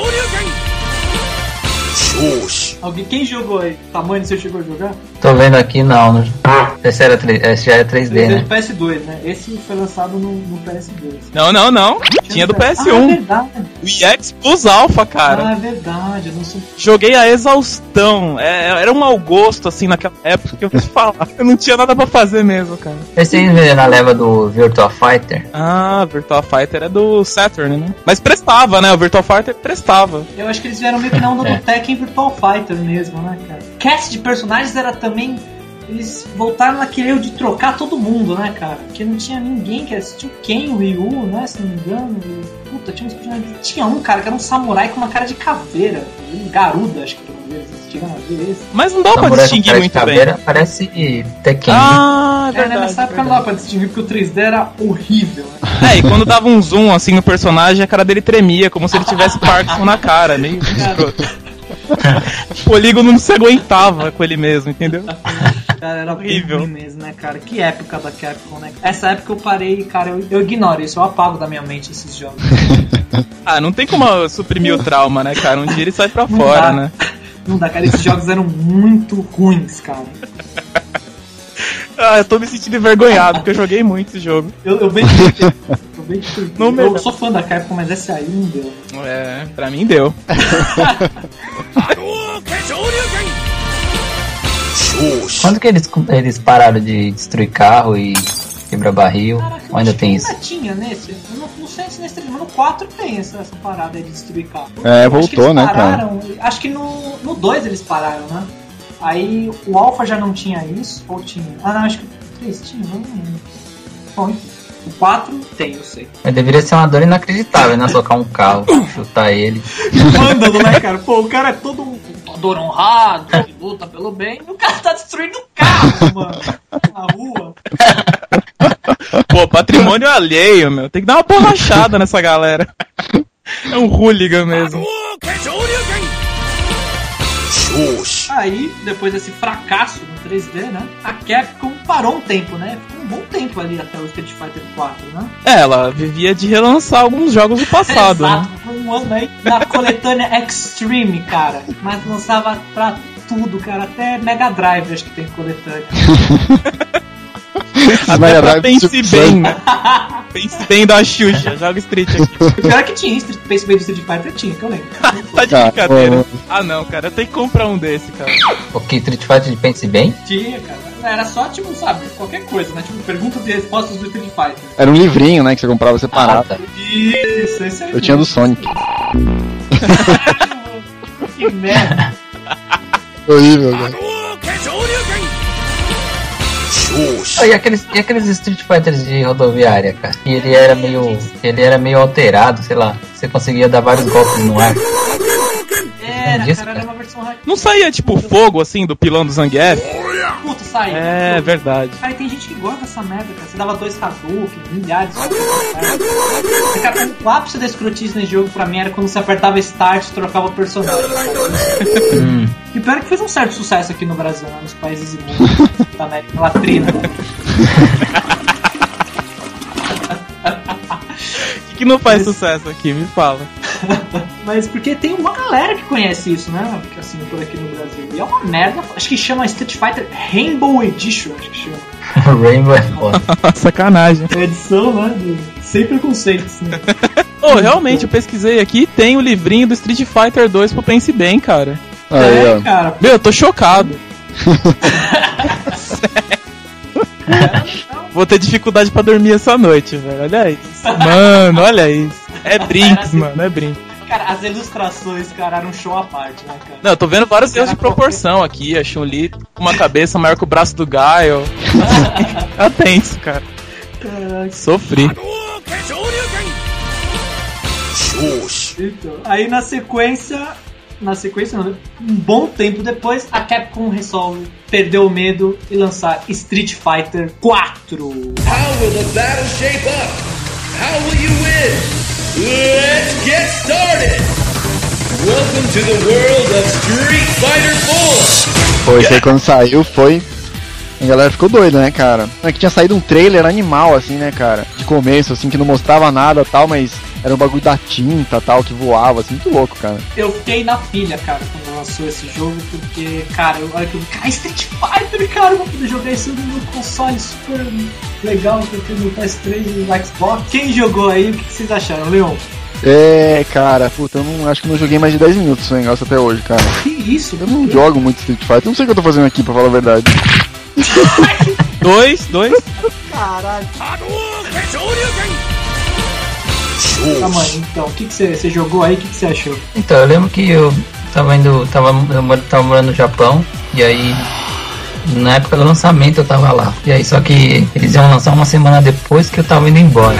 Quem jogou aí? Tamanho você chegou a jogar? Tô vendo aqui, não. Esse já é 3D, né? Do PS2, né? Esse foi lançado no PS2. Não. Tinha do PS1. Ah, é verdade. O EX Plus Alpha, cara. Ah, é verdade. Eu não sei. Joguei a exaustão. Era um mau gosto, assim, naquela época que eu vou te falar. Eu não tinha nada pra fazer mesmo, cara. Esse aí veio na leva do Virtua Fighter. Ah, Virtua Fighter é do Saturn, né? Mas prestava, né? O Virtua Fighter prestava. Eu acho que eles vieram meio que na onda do Tekken Virtual Fighter mesmo, né, cara? Cast de personagens era também eles voltaram naquele erro de trocar todo mundo, né, cara? Porque não tinha ninguém que assistiu. Ken, o Ryu, né, se não me engano. Puta, tinha um cara que era um samurai com uma cara de caveira. Garuda, acho que era o nome dele. Vocês chegaram a ver esse? Mas não dá pra distinguir muito caveira, bem. Parece Tekken. Ah, é verdade. Nessa época não dava pra distinguir porque o 3D era horrível, né? E quando dava um zoom assim no personagem, a cara dele tremia, como se ele tivesse Parkinson na cara, meio escroto. O polígono não se aguentava com ele mesmo, entendeu? Cara, era horrível ruim mesmo, né, cara? Que época da Capcom, né? Essa época eu parei, cara, eu ignoro isso, eu apago da minha mente esses jogos. Não tem como suprimir o trauma, né, cara? Um dia ele sai pra fora, né? Não dá, cara, esses jogos eram muito ruins, cara. Eu tô me sentindo envergonhado, porque eu joguei muito esse jogo. Eu bem eu sou fã da Capcom, mas esse aí não deu. Pra mim deu. Quando que eles pararam de destruir carro e quebrar barril? Caraca, ou ainda tem isso? Tinha nesse. Eu não sei se nesse 3, mas no 4 tem essa parada aí de destruir carro. Voltou, né, cara? Acho que no 2 eles pararam, né? Aí o Alpha já não tinha isso, ou tinha? Não, acho que o 3 tinha, não lembro. Bom, enfim. O 4 tem, eu sei. Mas deveria ser uma dor inacreditável, né? Socar um carro, chutar ele. Mandando, né, cara? Pô, o cara é todo um dor honrado, que luta pelo bem, e o cara tá destruindo o carro, mano. Na rua. Pô, patrimônio alheio, meu. Tem que dar uma borrachada nessa galera. É um hooligan mesmo. Aí, depois desse fracasso no 3D, né? A Capcom parou um tempo, né? Ficou um bom tempo ali até o Street Fighter 4, né? Ela vivia de relançar alguns jogos do passado, Exato, né? por um ano aí na coletânea Extreme, cara. Mas lançava pra tudo, cara. Até Mega Drive acho que tem coletânea. Até pra Pense Bem, né? Pense Bem da Xuxa, joga Street aqui. O pior é que tinha Pense Bem do Street Fighter, tinha, que eu lembro. Tá de brincadeira. Não, cara, eu tenho que comprar um desse, cara. O que Street Fighter de Pense Bem? Tinha, cara. Era só, tipo, sabe, qualquer coisa, né? Tipo, perguntas e respostas do Street Fighter. Era um livrinho, né, que você comprava separado. Tá. Isso, esse aí. Eu tinha do Sonic. Que merda. Horrível, cara. E aqueles Street Fighters de rodoviária, cara? E ele era meio alterado, sei lá. Você conseguia dar vários golpes no ar. Era uma versão hack. Não saía tipo fogo assim do pilão do Zangief? Puta, saía. É verdade. Cara, tem gente que gosta dessa merda, cara. Você dava 2 Hadouken, milhares de cara, o ápice da escrotice nesse jogo pra mim era quando você apertava Start e trocava o personagem. E pior é que fez um certo sucesso aqui no Brasil, né, nos países imundos da América Latina. O que não faz sucesso aqui? Me fala. Mas porque tem uma galera que conhece isso, né? Porque assim, por aqui no Brasil. E é uma merda. Acho que chama Street Fighter Rainbow Edition, acho que chama. Rainbow é foda. Sacanagem. É edição, né? Sem preconceitos, né? Realmente, eu pesquisei aqui e tem o livrinho do Street Fighter 2 pro Pense Bem, cara. Aí, ó. Cara. Meu, eu tô chocado. Vou ter dificuldade pra dormir essa noite, velho. Olha isso. Mano, olha isso. É Brinks, mano, é Brinks. Cara, as ilustrações, cara, eram um show à parte, né, cara? Não, eu tô vendo vários erros de proporção aqui. A Chun-Li com uma cabeça maior que o braço do Gaio. Tá tenso, cara. Caraca. Sofri. Então, aí na sequência não, um bom tempo depois, a Capcom resolve perder o medo e lançar Street Fighter 4. How will the battle shape up? How will you win? Let's get started! Welcome to the world of Street Fighter 4! Pô, isso aí quando saiu a galera ficou doida, né, cara? É que tinha saído um trailer animal, assim, né, cara? De começo, assim, que não mostrava nada e tal, mas era um bagulho da tinta tal, que voava, assim, muito louco, cara. Eu fiquei na pilha, cara, quando lançou esse jogo, porque, cara, olha que eu vi, cara, Street Fighter, cara, eu vou poder jogar isso no meu console super legal, que eu tenho no PS3 e no Xbox. Quem jogou aí, o que vocês acharam, Leon? Cara, puta, eu não, acho que não joguei mais de 10 minutos esse negócio até hoje, cara. Que isso? Eu não jogo muito Street Fighter, eu não sei o que eu tô fazendo aqui, pra falar a verdade. Dois. Caralho. Tá, mãe, então, o que você jogou aí, o que você achou? Então, eu lembro que eu tava morando no Japão, e aí Na época do lançamento eu tava lá. E aí, só que eles iam lançar uma semana depois que eu tava indo embora.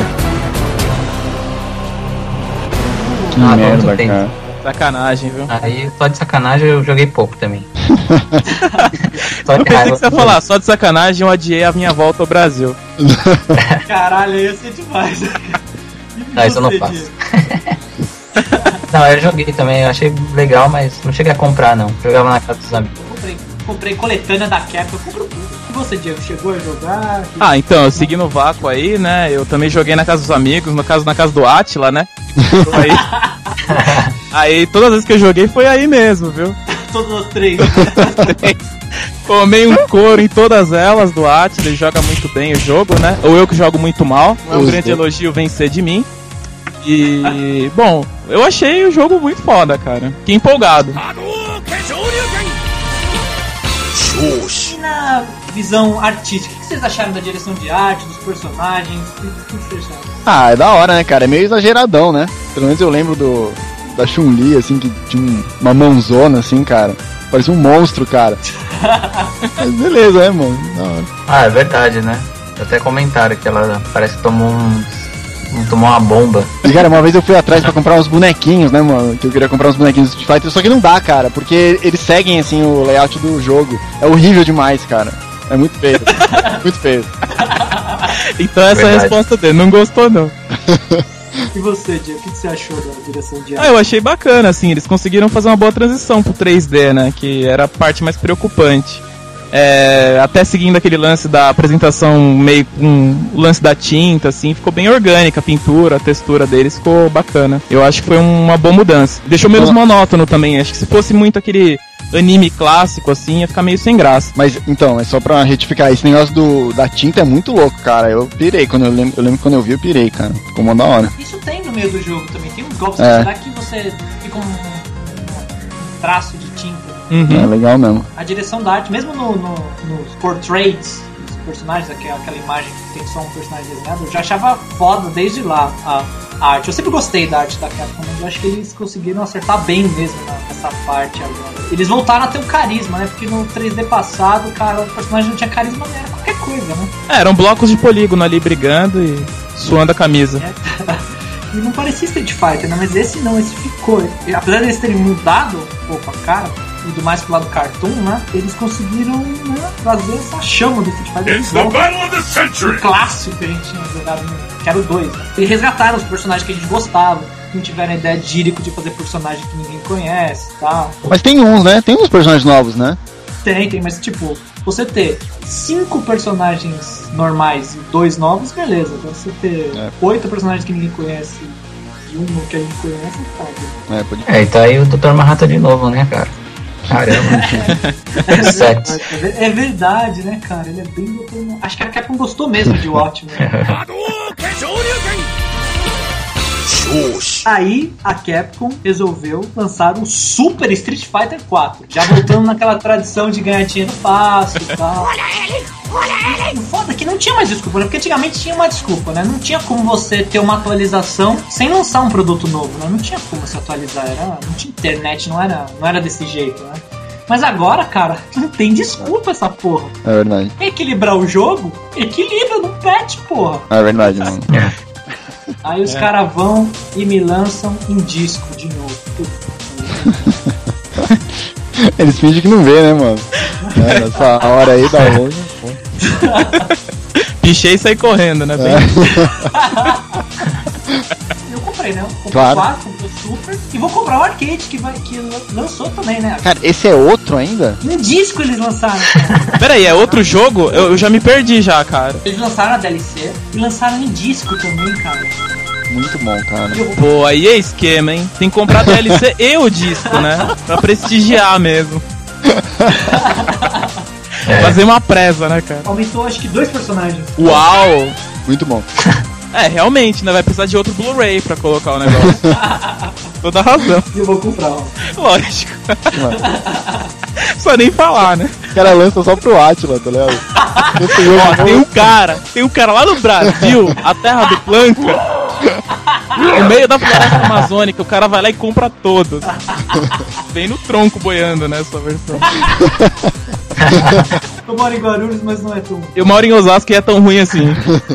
Que merda, cara. Sacanagem, viu? Aí, só de sacanagem, eu joguei pouco também. Eu pensei que você ia falar, só de sacanagem eu adiei a minha volta ao Brasil. Caralho, ia ser demais. Não, isso eu não faço. Não, eu joguei também, eu achei legal, mas não cheguei a comprar não. Jogava na casa dos amigos. Comprei coletânea da Capcom, eu compro tudo. E você, Diego, chegou a jogar? Ah, então, eu segui no vácuo aí, né? Eu também joguei na casa dos amigos, no caso na casa do Átila, né? Aí todas as vezes que eu joguei foi aí mesmo, viu? Todas as 3. Tomei um couro em todas elas do Átila, ele joga muito bem o jogo, né? Ou eu que jogo muito mal, é um grande elogio vencer de mim. E, bom, eu achei o jogo muito foda, cara. Fiquei empolgado. E na visão artística, o que vocês acharam da direção de arte, dos personagens? O que vocês acharam? Ah, é da hora, né, cara? É meio exageradão, né? Pelo menos eu lembro da Chun-Li, assim, que tinha uma mãozona, assim, cara. Parecia um monstro, cara. Mas beleza, né, mano? Da hora. Ah, é verdade, né? Até comentaram que ela parece que tomou uma bomba. E, cara, uma vez eu fui atrás pra comprar uns bonequinhos, né, mano? Que eu queria comprar uns bonequinhos do Street Fighter, só que não dá, cara, porque eles seguem, assim, o layout do jogo. É horrível demais, cara. É muito feio. Muito feio. Então essa é a resposta dele, não gostou não. E você, Diego, o que você achou da direção de arte? Ah, eu achei bacana, assim, eles conseguiram fazer uma boa transição pro 3D, né, que era a parte mais preocupante. Até seguindo aquele lance da apresentação meio com o lance da tinta, assim, ficou bem orgânica, a pintura, a textura deles ficou bacana. Eu acho que foi uma boa mudança. Deixou menos monótono também, acho que se fosse muito aquele anime clássico, assim, ia ficar meio sem graça. Mas, então, é só pra retificar, esse negócio da tinta é muito louco, cara. Eu pirei, eu lembro quando eu vi, eu pirei, cara. Ficou mó da hora. Isso tem no meio do jogo também, tem uns golpes que você fica um traço de tinta. Uhum. É legal mesmo. A direção da arte, mesmo nos portraits dos personagens, aquela imagem que tem só um personagem desenhado, eu já achava foda desde lá a arte. Eu sempre gostei da arte da Capcom, mas eu acho que eles conseguiram acertar bem mesmo nessa parte agora. Eles voltaram a ter um carisma, né? Porque no 3D passado, cara, o personagem não tinha carisma, era qualquer coisa, né? Eram blocos de polígono ali brigando e suando a camisa. E não parecia Street Fighter, né? Mas esse não, esse ficou. E, apesar de eles terem mudado um pouco a cara, e do mais pro lado cartoon, né? Eles conseguiram, né, trazer essa chama do Street Fighter. It's the Battle of the Century! O clássico que a gente tinha jogado, que era o 2. Né? E resgataram os personagens que a gente gostava. Não tiveram a ideia de Jericho de fazer personagem que ninguém conhece e tal. Mas tem uns, né? Tem uns personagens novos, né? Tem, mas tipo, você ter 5 personagens normais e 2 novos, beleza. Então você ter 8 personagens que ninguém conhece e um que a gente conhece, tá. Pode... então aí o Dr. Manhattan de novo, né, cara? Caramba. 7. É verdade, né, cara? Ele é bem Dr. Acho que a Capcom gostou mesmo de Watchmen. Aí a Capcom resolveu lançar o Super Street Fighter 4. Já voltando naquela tradição de ganhar dinheiro fácil e tal. Olha ele! O foda é que não tinha mais desculpa, né? Porque antigamente tinha uma desculpa, né? Não tinha como você ter uma atualização sem lançar um produto novo, né? Não tinha como se atualizar, não tinha internet, não era desse jeito, né? Mas agora, cara, não tem desculpa essa porra. É verdade. Equilibrar o jogo, equilibra no patch, porra. É verdade, mano. Aí os caras vão e me lançam em disco de novo. Eles fingem que não vê, né, mano? Nessa hora aí da hoje. Pichei e saí correndo, né? Eu comprei, né? Comprei claro. O 4, comprei o Super e vou comprar o Arcade que lançou também, né? Cara, esse é outro ainda? Um disco eles lançaram. Pera aí, é outro jogo? Eu já me perdi já, cara. Eles lançaram a DLC e lançaram em disco também, cara. Muito bom, cara. Pô, aí é esquema, hein? Tem que comprar a DLC e o disco, né? Pra prestigiar mesmo. Fazer uma presa, né, cara? Aumentou acho que 2 personagens. Uau! Muito bom. Realmente, né? Vai precisar de outro Blu-ray pra colocar o negócio. Toda razão. E eu vou comprar, ó. Lógico. Só nem falar, né? O cara lança só pro Átila, tá ligado? Tem um cara lá no Brasil, a terra do Planca, no meio da floresta amazônica, o cara vai lá e compra todos. Vem no tronco boiando nessa versão. Eu moro em Guarulhos, mas não é tão... Eu moro em Osasco e é tão ruim assim.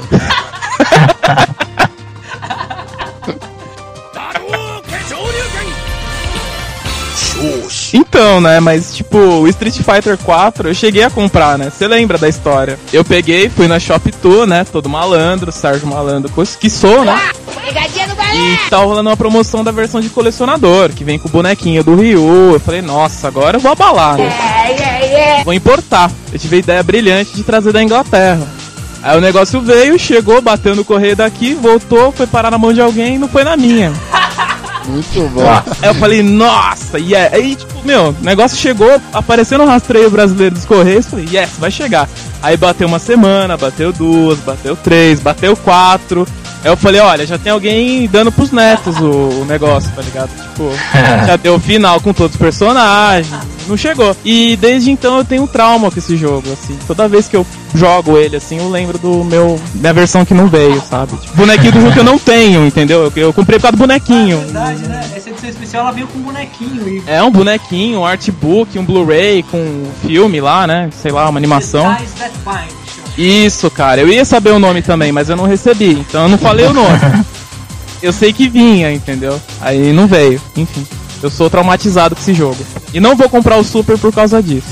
Então, né, mas tipo, o Street Fighter 4 eu cheguei a comprar, né, você lembra da história. Eu peguei, fui na Shop Tour, né, todo malandro, Sérgio Malandro, que sou, né. E tava rolando uma promoção da versão de colecionador, que vem com o bonequinho do Ryu. Eu falei, nossa, agora eu vou abalar, né. Vou importar. Eu tive a ideia brilhante de trazer da Inglaterra. Aí o negócio veio, chegou, bateu no correio daqui, voltou, foi parar na mão de alguém e não foi na minha. Muito bom. Aí eu falei, nossa, yeah. Aí, tipo, meu, o negócio chegou, apareceu no rastreio brasileiro dos Correios, falei, yes, vai chegar. Aí bateu uma semana, bateu 2, bateu 3, bateu 4. Aí eu falei, olha, já tem alguém dando pros netos o negócio, tá ligado? Tipo, já deu o final com todos os personagens, não chegou. E desde então eu tenho um trauma com esse jogo, assim. Toda vez que eu jogo ele, assim, eu lembro minha versão que não veio, sabe? Tipo, bonequinho do jogo que eu não tenho, entendeu? Eu comprei por causa do bonequinho. É verdade, né? Essa edição especial ela veio com um bonequinho. E... É, um bonequinho, um artbook, um Blu-ray com um filme lá, né? Sei lá, uma animação. Isso, cara. Eu ia saber o nome também, mas eu não recebi, então eu não falei o nome. Eu sei que vinha, entendeu? Aí não veio, enfim. Eu sou traumatizado com esse jogo. E não vou comprar o Super por causa disso.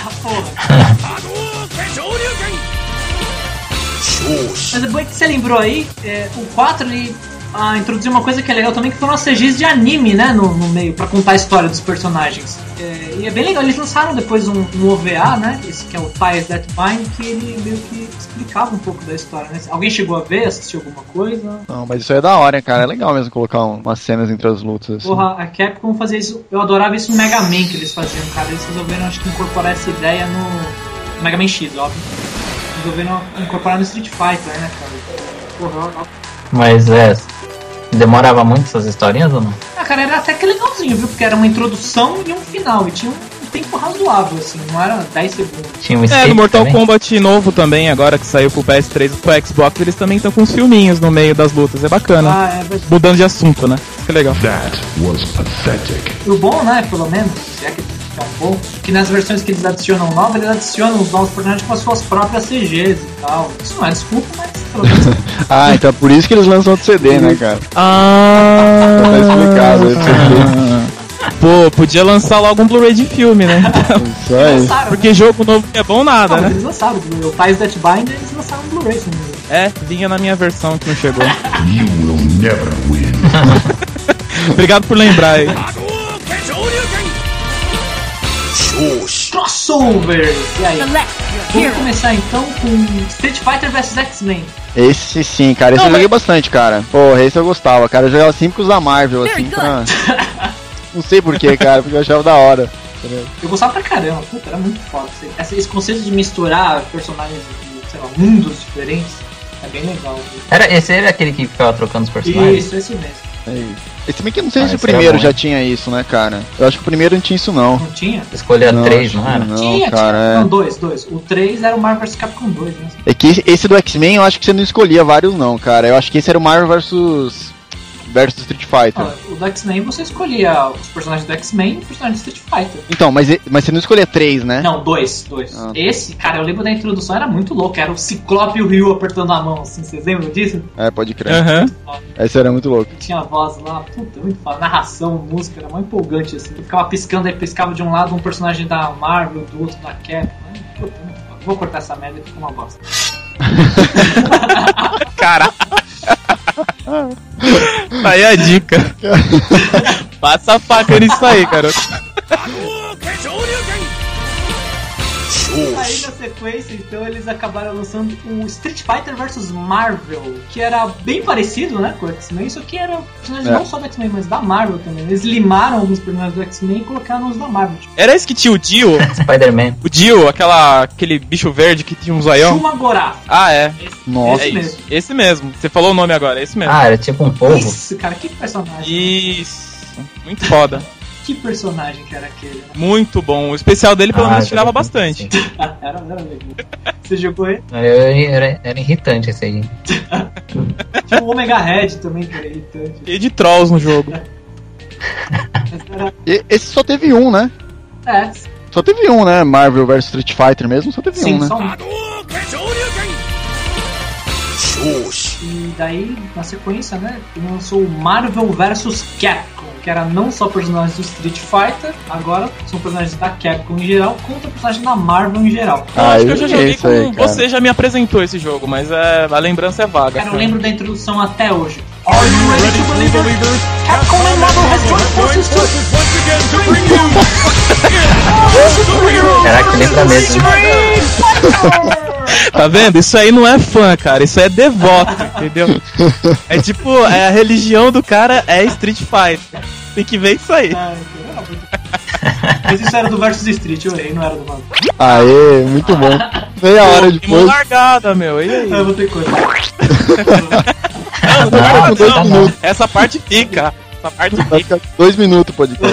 Mas depois que você lembrou aí, o 4 ele introduziu uma coisa que é legal também, que foram as CGs de anime, né, no meio, pra contar a história dos personagens. E é bem legal, eles lançaram depois um OVA, né, esse que é o Ties That Bind, que ele meio que explicava um pouco da história, né. Alguém chegou a ver, assistiu alguma coisa? Não, mas isso aí é da hora, cara, é legal mesmo colocar umas cenas entre as lutas, assim. Porra, a Capcom fazia isso, eu adorava isso no Mega Man que eles faziam, cara, eles resolveram, acho que, incorporar essa ideia no Mega Man X, óbvio. Resolveram incorporar no Street Fighter, né, cara. Porra, mas demorava muito essas historinhas ou não? Cara, era até que legalzinho, viu? Porque era uma introdução e um final. E tinha um tempo razoável, assim. Não era 10 segundos. Tinha um escape no Mortal também? Kombat novo também, agora que saiu pro PS3 e pro Xbox, eles também estão com uns filminhos no meio das lutas. É bacana. É verdade. Mudando de assunto, né? Que legal. E o bom, né, pelo menos, se é que é bom, que nas versões que eles adicionam novas, eles adicionam os novos personagens com as suas próprias CGs e tal. Isso não é desculpa, mas pelo menos... Então é por isso que eles lançam outro CD, né, cara? Ah, tá explicado aí. Pô, podia lançar logo um Blu-ray de filme, né? Isso aí. Lançaram, Porque né? jogo novo é bom nada, Não, né? eles lançaram o Blu-ray. O Ties That Bind, eles lançaram o Blu-ray, se não me engano. Vinha na minha versão que não chegou. Obrigado por lembrar aí. Crossover! E aí? Vamos começar então com Street Fighter vs X-Men. Esse sim, cara, esse eu joguei bastante, cara. Porra, esse eu gostava, cara. Eu jogava sempre com os da Marvel, assim, pra... Não sei porquê, cara, porque eu achava da hora. Eu gostava pra caramba, puta, era muito foda. Esse conceito de misturar personagens de, sei lá, mundos diferentes é bem legal. Esse era aquele que ficava trocando os personagens? Isso, esse mesmo. É isso. Esse bem que eu não sei se o esse primeiro era bom, já tinha isso, né, cara? Eu acho que o primeiro não tinha isso, não. Não tinha? Escolher Não, 3, acho não que era? não. Tinha, cara, tinha. é. Não, dois. O 3 era o Marvel vs Capcom 2, né? É que esse do X-Men eu acho que você não escolhia vários, não, cara. Eu acho que esse era o Marvel versus Street Fighter. O do X-Men você escolhia os personagens do X-Men e os personagens do Street Fighter. Então, mas você não escolhia 3, né? Não, dois. Ah. Esse, cara, eu lembro da introdução, era muito louco. Era o Ciclope e o Ryu apertando a mão, assim, vocês lembram disso? É, pode crer. Aham. Esse era muito louco. Tinha a voz lá, puta, muito foda. Narração, música, era muito empolgante, assim. Eu ficava piscando, aí piscava de um lado um personagem da Marvel, do outro da Capcom. Puta, muito foda. Vou cortar essa merda e fica uma bosta. Caraca. Aí a dica. Passa a faca nisso aí, garoto. Aí na sequência, então, eles acabaram lançando o Street Fighter vs Marvel, que era bem parecido, né, com o X-Men, só que era personagens não só do X-Men, mas da Marvel também. Eles limaram alguns personagens do X-Men e colocaram os da Marvel. Tipo, Era esse que tinha o Dio? Spider-Man. O Dio, aquele bicho verde que tinha um zoião? Shumagorá. Ah, é. Nossa. É Esse isso. Esse mesmo. Você falou o nome agora, esse mesmo. Ah, era tipo um polvo. Isso, cara, que personagem. Isso. Muito foda. Que personagem que era aquele, né? Muito bom. O especial dele pelo menos tirava bastante. Era legal. Você jogou ele? Era irritante esse aí. Tinha o Omega Red também, que era irritante. Cheio de trolls no jogo. Mas era... Esse só teve um, né? Só teve um, né? Marvel vs Street Fighter mesmo, só teve Sim, um, né? só um. E daí, na sequência, né, lançou o Marvel vs Capcom, que era não só personagens do Street Fighter, agora são personagens da Capcom em geral contra personagens da Marvel em geral. Eu acho que eu já joguei com aí, você, já me apresentou esse jogo, mas a lembrança é vaga. Cara, eu lembro da introdução até hoje. Are you ready to believe? Capcom and Marvel has joined forces to bring you. Caraca, lembra mesmo. Tá vendo? Isso aí não é fã, cara. Isso é devoto, entendeu? É tipo, a religião do cara é Street Fighter. Tem que ver isso aí. Mas isso era do Versus Street, eu errei, não era do Marvel. Aê, muito bom. Meia hora depois. Largada, meu. E aí? Eu vou ter coisa. Não. Essa parte fica. Essa parte Vai fica. ficar 2 minutos o podcast.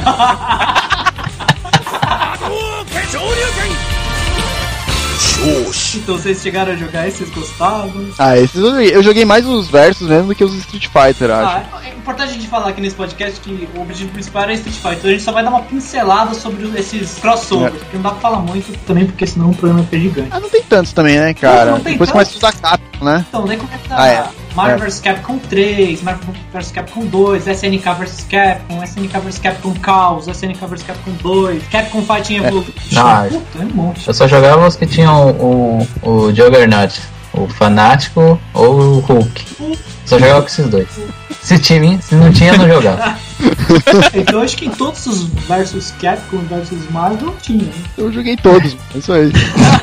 Então vocês chegaram a jogar esse, vocês gostavam? Esses eu joguei mais os versus mesmo do que os Street Fighter, acho. É importante a gente falar aqui nesse podcast que o objetivo principal era Street Fighter. Então a gente só vai dar uma pincelada sobre esses crossovers, porque não dá pra falar muito também, porque senão o programa fica gigante. Não tem tantos também, né, cara? Não tem Depois tantos. começa a usar Capcom, né? Então, daí começa Marvel vs Capcom 3, Marvel vs Capcom 2, SNK vs Capcom, SNK vs Capcom Chaos, SNK vs Capcom 2, Capcom Fighting Evolution. Puta, é um monte. Eu só jogava os que tinham o Juggernaut, o Fanático ou o Hulk. Só jogava com esses dois. Se não tinha, eu não jogava. Então acho que em todos os versus Capcom versus Marvel tinha, né? Eu joguei todos, é isso aí.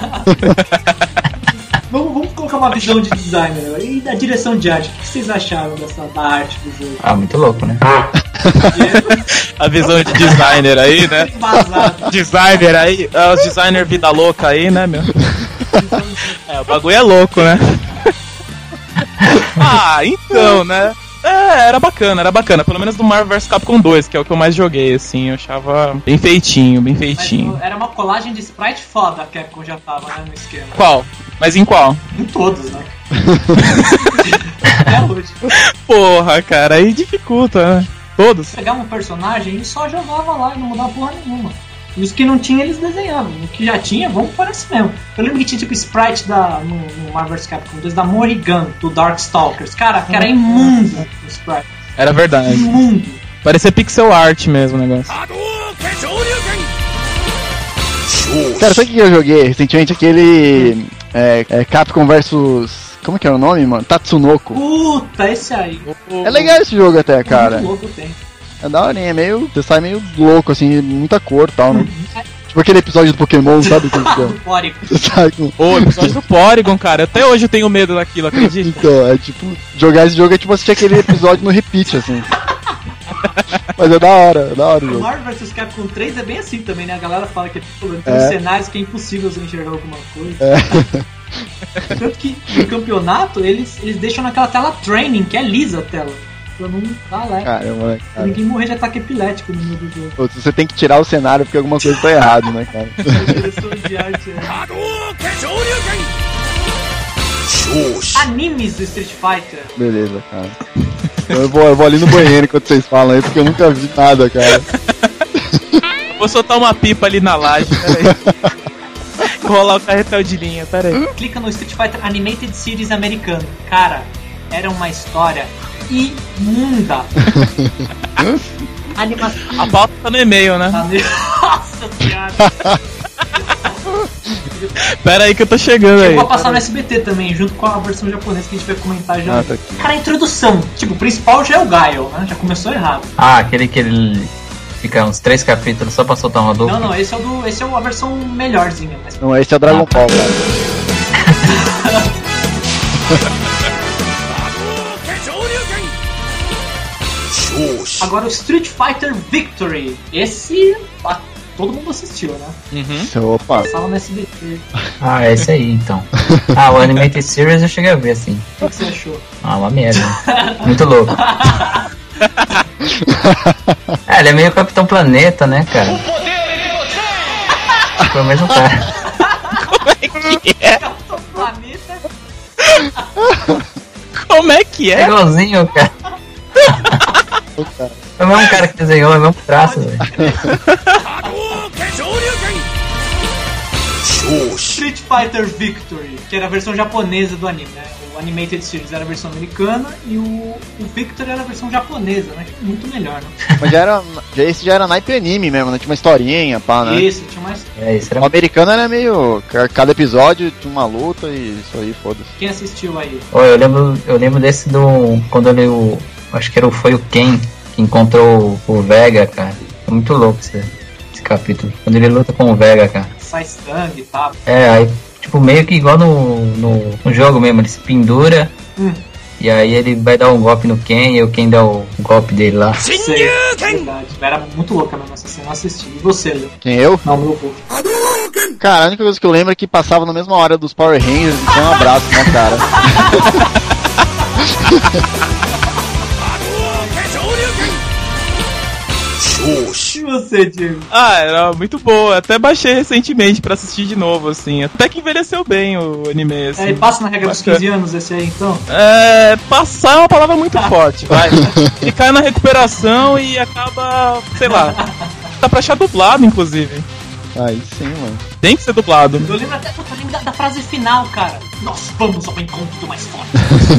Vamos colocar uma visão de designer e da direção de arte. O que vocês acharam da arte do jogo? Muito louco, né? A visão de designer aí, né? Vazado. Designer aí, os designer vida louca aí, né, meu? O bagulho é louco, né? Então, né? Era bacana. Pelo menos do Marvel vs Capcom 2, que é o que eu mais joguei, assim. Eu achava bem feitinho. Mas era uma colagem de sprite foda, a Capcom já tava, né, no esquema. Qual? Mas em qual? Em todos, né? Até hoje. Porra, cara, aí dificulta, né? Todos. Pegava um personagem e só jogava lá e não mudava porra nenhuma. E os que não tinha, eles desenhavam. O que já tinha, vamos para esse mesmo. Eu lembro que tinha tipo sprite no Marvel vs Capcom 2 da Morrigan, do Darkstalkers. Cara, que era imundo o sprite. Era verdade. Imundo. Parecia pixel art mesmo o negócio. Cara, sabe o que eu joguei recentemente? Aquele Capcom versus... Como que era o nome, mano? Tatsunoko. Puta, esse aí. É legal esse jogo até, cara. Muito louco, tem. É daorinha, você sai meio louco, assim, muita cor e tal, né? Tipo aquele episódio do Pokémon, sabe? Do Porygon. O episódio do Porygon, cara. Até hoje eu tenho medo daquilo, acredita? Então, é tipo, jogar esse jogo é tipo assistir aquele episódio no repeat, assim. Mas é da hora o jogo. O Marvel vs Capcom 3 é bem assim também, né? A galera fala que tem cenários que é impossível você enxergar alguma coisa. Tanto que no campeonato eles deixam naquela tela training, que é lisa a tela. Pra não dar lá. Caramba, Pra ninguém morrer de ataque epilético no meio do jogo. Pô, você tem que tirar o cenário porque alguma coisa tá errado, né, cara? A direção de arte Animes do Street Fighter. Beleza, cara. Então eu vou ali no banheiro enquanto vocês falam aí, porque eu nunca vi nada, cara. Eu vou soltar uma pipa ali na laje, peraí. Vou rolar o carretel de linha, peraí. Clica no Street Fighter Animated Series americano. Cara, era uma história imunda. Animação. A pauta tá no e-mail, né? Nossa senhora. Pera aí que eu tô chegando aí. Eu vou passar no SBT também, junto com a versão japonesa que a gente vai comentar já. Tá aqui. Cara, a introdução. Tipo, o principal já é o Gaio, né? Já começou errado. Aquele que ele fica uns 3 capítulos só pra soltar uma dúvida. Não, esse é a versão melhorzinha. Mas... Não, esse é o Dragon Ball, cara. Agora o Street Fighter Victory. Esse todo mundo assistiu, né? Uhum. Opa. Passava no SBT. Esse aí então. O Animated Series eu cheguei a ver assim. O que você achou? Uma merda. Muito louco. Ele é meio Capitão Planeta, né, cara? Foi o mesmo cara. Como é que é? Capitão Planeta. Como é que É é? igualzinho, cara. É o mesmo cara que desenhou, é o mesmo traço, velho. Street Fighter Victory, que era a versão japonesa do anime, né? O Animated Series era a versão americana e o Victory era a versão japonesa, né? Que é muito melhor, né? Mas esse já era naipe anime mesmo, né? Tinha uma historinha, pá, né? Isso, tinha mais... Isso era... O americano era meio... Cada episódio tinha uma luta e isso aí, foda-se. Quem assistiu aí? Eu lembro desse do... Quando ele... Acho que foi o Ken que encontrou o Vega, cara. É muito louco esse capítulo. Quando ele luta com o Vega, cara. Sai sangue e tal. Aí, tipo, meio que igual no jogo mesmo, ele se pendura e aí ele vai dar um golpe no Ken e o Ken dá o golpe dele lá. Sei, verdade. Era muito louca mesmo essa cena, eu assisti. E você, Léo? Quem, eu? Não, meu povo. Cara, a única coisa que eu lembro é que passava na mesma hora dos Power Rangers, então um abraço, né, cara? E você, Diego? Era muito boa. Até baixei recentemente pra assistir de novo, assim. Até que envelheceu bem o anime, assim. E passa na regra dos 15 anos esse aí, então? Passar é uma palavra muito forte, vai. Ele cai na recuperação e acaba, sei lá. Tá pra achar dublado, inclusive. Aí sim, mano. Tem que ser dublado. Eu lembro até da frase final, cara. Nós vamos ao encontro do mais forte.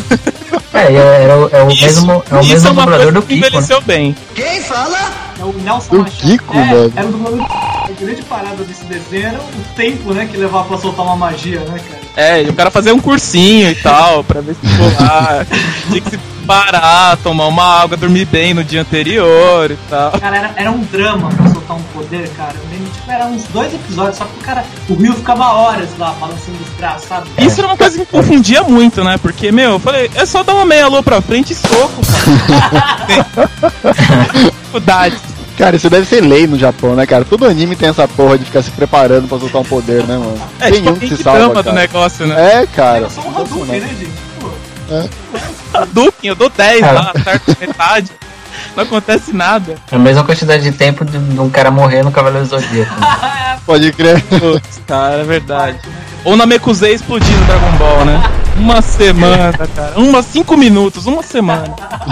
É o mesmo dublador do Kiko. Envelheceu bem. Quem fala? É o Nelson Machado. Kiko, mano. Era o dublador do Kiko. A grande parada desse desenho era o tempo, né, que levava pra soltar uma magia, né, cara? E o cara fazia um cursinho e tal, pra ver se pular. Tinha que se parar, tomar uma água, dormir bem no dia anterior e tal. Cara, era um drama pra soltar um poder, cara. Eu lembro, tipo, era uns 2 episódios, só que o Ryu ficava horas lá, balançando os braços, sabe? Isso era uma coisa que me confundia muito, né? Porque, eu falei, é só dar uma meia lua pra frente e soco, cara. Dificuldade. Cara, isso deve ser lei no Japão, né, cara? Todo anime tem essa porra de ficar se preparando pra soltar um poder, né, mano? Tem tipo um que se salva, cara. Do negócio, né? Cara. É só um Hadouken, né, gente? Pô. Hadouken, eu dou 10 lá, certo? Metade. Não acontece nada. É a mesma quantidade de tempo de um cara morrer no Cavaleiro do Zodíaco. Pode crer. Putz, cara, é verdade. Ou na Mekuzei explodindo o Dragon Ball, né? Uma semana, cara. 5 minutos, uma semana.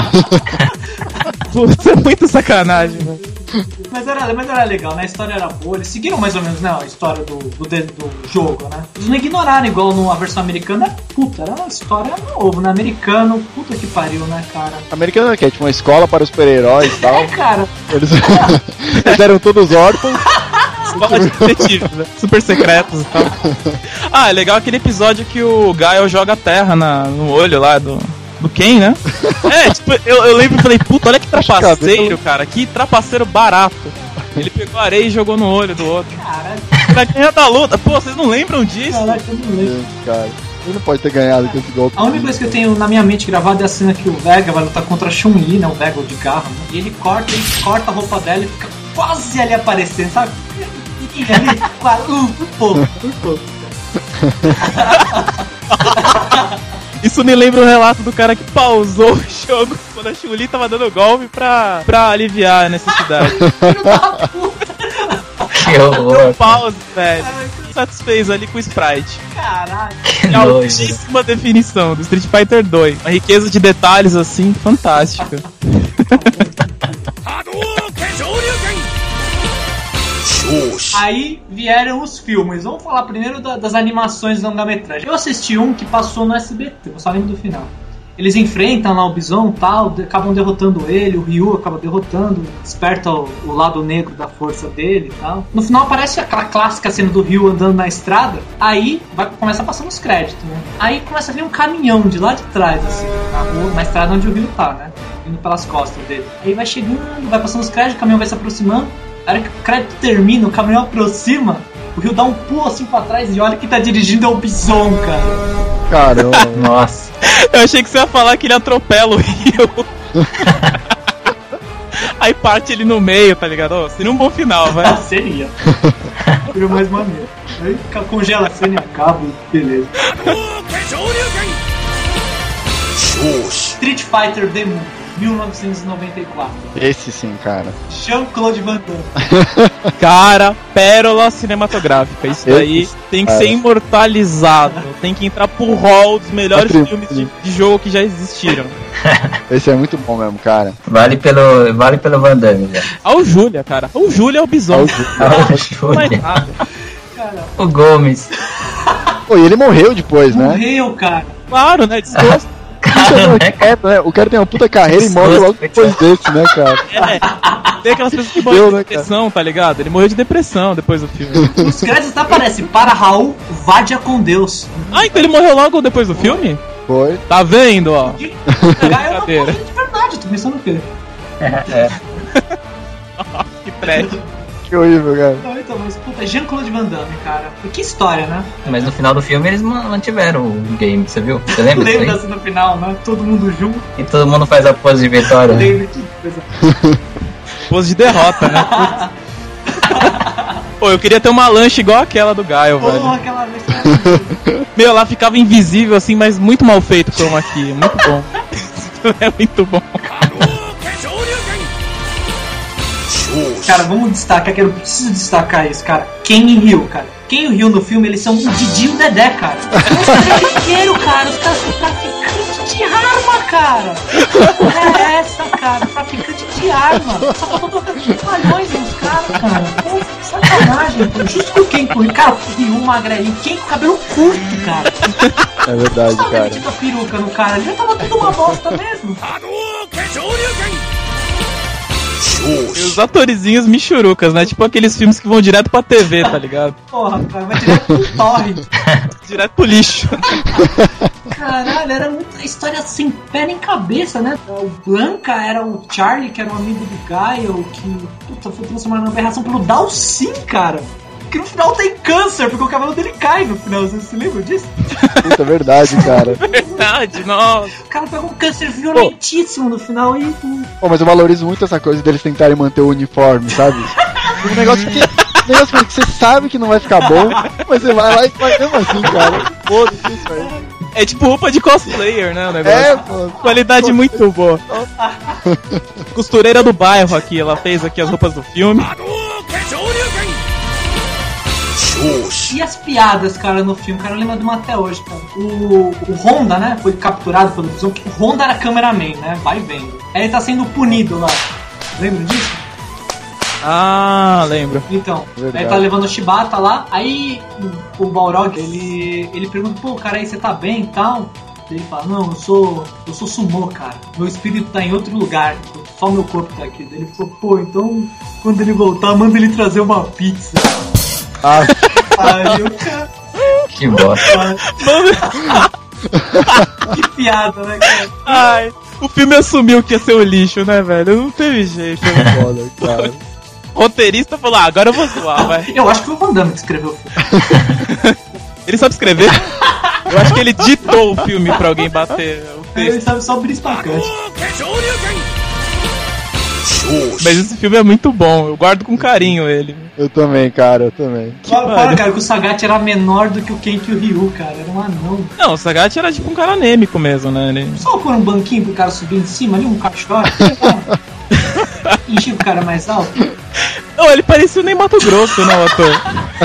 Putz, é muito sacanagem, velho. Mas era legal, né? A história era boa. Eles seguiram mais ou menos, né? A história do jogo, né? Eles não ignoraram igual na versão americana. Puta, era uma história nova, né? Americano, puta que pariu, né, cara? Americano que é tipo uma escola para os super-heróis e tal. Cara. Eles eram todos órfãos. Escola de detetives, né? Super secretos e tal. É legal aquele episódio que o Gaio joga terra no olho lá do Ken, né? Tipo, eu lembro e falei, puta, olha que trapaceiro, cara. Que trapaceiro barato. Ele pegou areia e jogou no olho do outro. Caralho. Pra ganhar da luta. Pô, vocês não lembram disso? Caraca, eu não lembro. Cara, ele não pode ter ganhado com esse golpe. A única coisa que eu tenho na minha mente gravada é a cena que o Vega vai lutar contra a Chun-Li, né? O Vega de garra, né? E ele corta a roupa dela e fica quase ali aparecendo, sabe? Ali, quase, por pouco. Isso me lembra o relato do cara que pausou o jogo quando a Chun-Li tava dando golpe pra aliviar a necessidade. Que horror. Pause, velho. Satisfez ali com o Sprite. Caralho. Que altíssima definição do Street Fighter 2. Uma riqueza de detalhes assim, fantástica. Aí vieram os filmes. Vamos falar primeiro das animações da longa-metragem. Eu assisti um que passou no SBT, eu só lembro do final. Eles enfrentam lá o Bison e tal, acabam derrotando ele, o Ryu acaba derrotando, desperta o lado negro da força dele e tal. No final aparece aquela clássica cena do Ryu andando na estrada, aí começa passando os créditos, né? Aí começa a vir um caminhão de lá de trás, assim, na estrada onde o Ryu tá, né? Indo pelas costas dele. Aí vai chegando, vai passando os créditos, o caminhão vai se aproximando. Na hora que o crédito termina, o caminhão aproxima, o Ryu dá um pulo assim pra trás e olha quem tá dirigindo é o Bison, cara. Caramba. Nossa. Eu achei que você ia falar que ele atropela o Ryu. Aí parte ele no meio, tá ligado? Oh, seria um bom final, vai. Seria. Seria mais maneiro. Aí congela a cena e acaba, beleza. Street Fighter The Movie, 1994. Esse sim, cara. Jean-Claude Van Damme. Cara, pérola cinematográfica. Isso daí tem que ser imortalizado. Tem que entrar pro hall dos melhores filmes de jogo que já existiram. Esse é muito bom mesmo, cara. Vale pelo Van Damme, velho. O Júlia, cara. O Júlia é o Bison. Júlia. Mais nada. cara. O Gomes. Pô, e ele morreu depois, né? Morreu, cara. Claro, né? Desgosto. O cara tem uma puta carreira e morre logo depois desse, né, cara? Tem aquelas pessoas que Deu, morrem de né, depressão, tá ligado? Ele morreu de depressão depois do filme. Nos créditos aparece para Raul, Vadia com Deus. Ah, então ele morreu logo depois do filme? Foi. Tá vendo, ó? Que Gaio não Brincadeira. morreu de verdade, tô pensando o quê? Que trash. Que horrível, cara. Não, então, mas puta, Jean-Claude Van Damme, cara. Que história, né? Mas no final do filme eles mantiveram o game, você viu? Você lembra disso Lembra aí? assim no final, né? Todo mundo junto. E todo mundo faz a pose de vitória. Lembra que coisa. Pose de derrota, né? Pô, eu queria ter uma lancha igual aquela do Gaio, Porra, velho. aquela vez. Meu, ela ficava invisível assim, mas muito mal feito o chroma key. Muito bom. É muito bom. Cara, vamos destacar, que eu preciso destacar isso, cara. Ken e Ryu, cara. Ken e Ryu no filme, eles são o Didi e o Dedé, cara. Os trafiqueiros, cara. Os caras são traficantes de arma, cara. É essa, cara. Traficante de arma. Só faltou tocar palhões nos caras, cara. Pô, sacanagem, pô. Justo que o Ken com o Ryu. Cara, o Ryu magrelinho. Ken com cabelo curto, cara. É verdade, Só cara. tipo a peruca no cara. Já tava tudo uma bosta mesmo. E os atorizinhos michurucas, né? Tipo aqueles filmes que vão direto pra TV, tá ligado? Porra, cara. Vai direto pro torre. Direto pro lixo. Caralho, era muita história sem pé nem cabeça, né? O Blanca era o Charlie, que era um amigo do Gaio, que puta, foi transformado numa aberração pelo Dalsin, cara. Que no final tem câncer, porque o cabelo dele cai no final. Você se lembra disso? Puta, é verdade, cara. Verdade, nossa. O cara pegou um câncer violentíssimo no final e... Pô, mas eu valorizo muito essa coisa deles tentarem manter o uniforme, sabe? Um negócio que você sabe que não vai ficar bom, mas você vai lá e faz mesmo assim, cara. Foda-se isso aí. É tipo roupa de cosplayer, né? O negócio. É, pô. Qualidade muito boa. Costureira do bairro aqui, ela fez aqui as roupas do filme. E as piadas, cara, no filme, cara, eu lembro de uma até hoje, cara. O Honda, né, foi capturado pelo visão, que o Honda era cameraman, né, vai vendo. Aí ele tá sendo punido lá. Lembra disso? Ah, lembro. Então, Verdade. aí tá levando o Shibata lá, aí o Balrog, ele pergunta, pô, cara, aí você tá bem e tal? Ele fala, não, eu sou sumô, cara. Meu espírito tá em outro lugar, só meu corpo tá aqui. Ele falou, pô, então, quando ele voltar, manda ele trazer uma pizza. Ah, Aí o cara... Que bosta. Que piada, né, cara? Ai, o filme assumiu que ia ser um lixo, né, velho? Não teve jeito. foda, cara. O roteirista falou, ah, agora eu vou zoar, vai. Eu acho que foi o Van Damme que escreveu o filme. Ele sabe escrever? Eu acho que ele ditou o filme pra alguém bater o Ele texto. sabe só abrir espacante. Mas esse filme é muito bom, eu guardo com carinho ele. Eu também, cara, eu também. Para, cara, que o Sagat era menor do que o Ken e o Ryu, cara. Era um anão. Não, o Sagat era tipo um cara anêmico mesmo, né? Ele... Só pôr um banquinho pro cara subir em cima ali, um caixote. Encher o cara mais alto. Não, ele parecia o Ney Mato Grosso, né, o ator?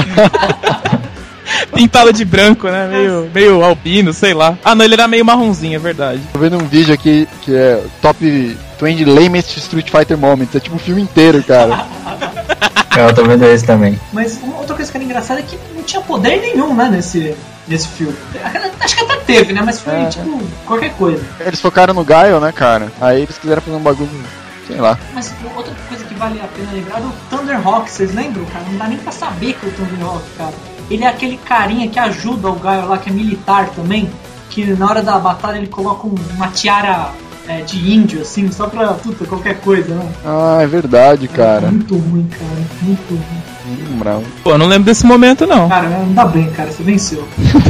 Pintado de branco, né? Meio albino, sei lá. Ah, não, ele era meio marronzinho, é verdade. Tô vendo um vídeo aqui que é Top 20 Lamest Street Fighter Moments. É tipo um filme inteiro, cara. Eu tô vendo esse também. Mas uma outra coisa que era engraçada é que não tinha poder nenhum, né, nesse filme. Acho que até teve, né? Mas foi tipo qualquer coisa. Eles focaram no Gaio, né, cara? Aí eles quiseram fazer um bagulho, sei lá. Mas outra coisa que vale a pena lembrar é do Thunderhawk, vocês lembram, cara? Não dá nem pra saber que é o Thunderhawk, cara. Ele é aquele carinha que ajuda o Gaio lá, que é militar também, que na hora da batalha ele coloca uma tiara de índio, assim, só pra qualquer coisa, né? Ah, é verdade, cara. Muito ruim, cara. Muito ruim. Bravo. Pô, eu não lembro desse momento, não. Cara, ainda bem, cara, você venceu.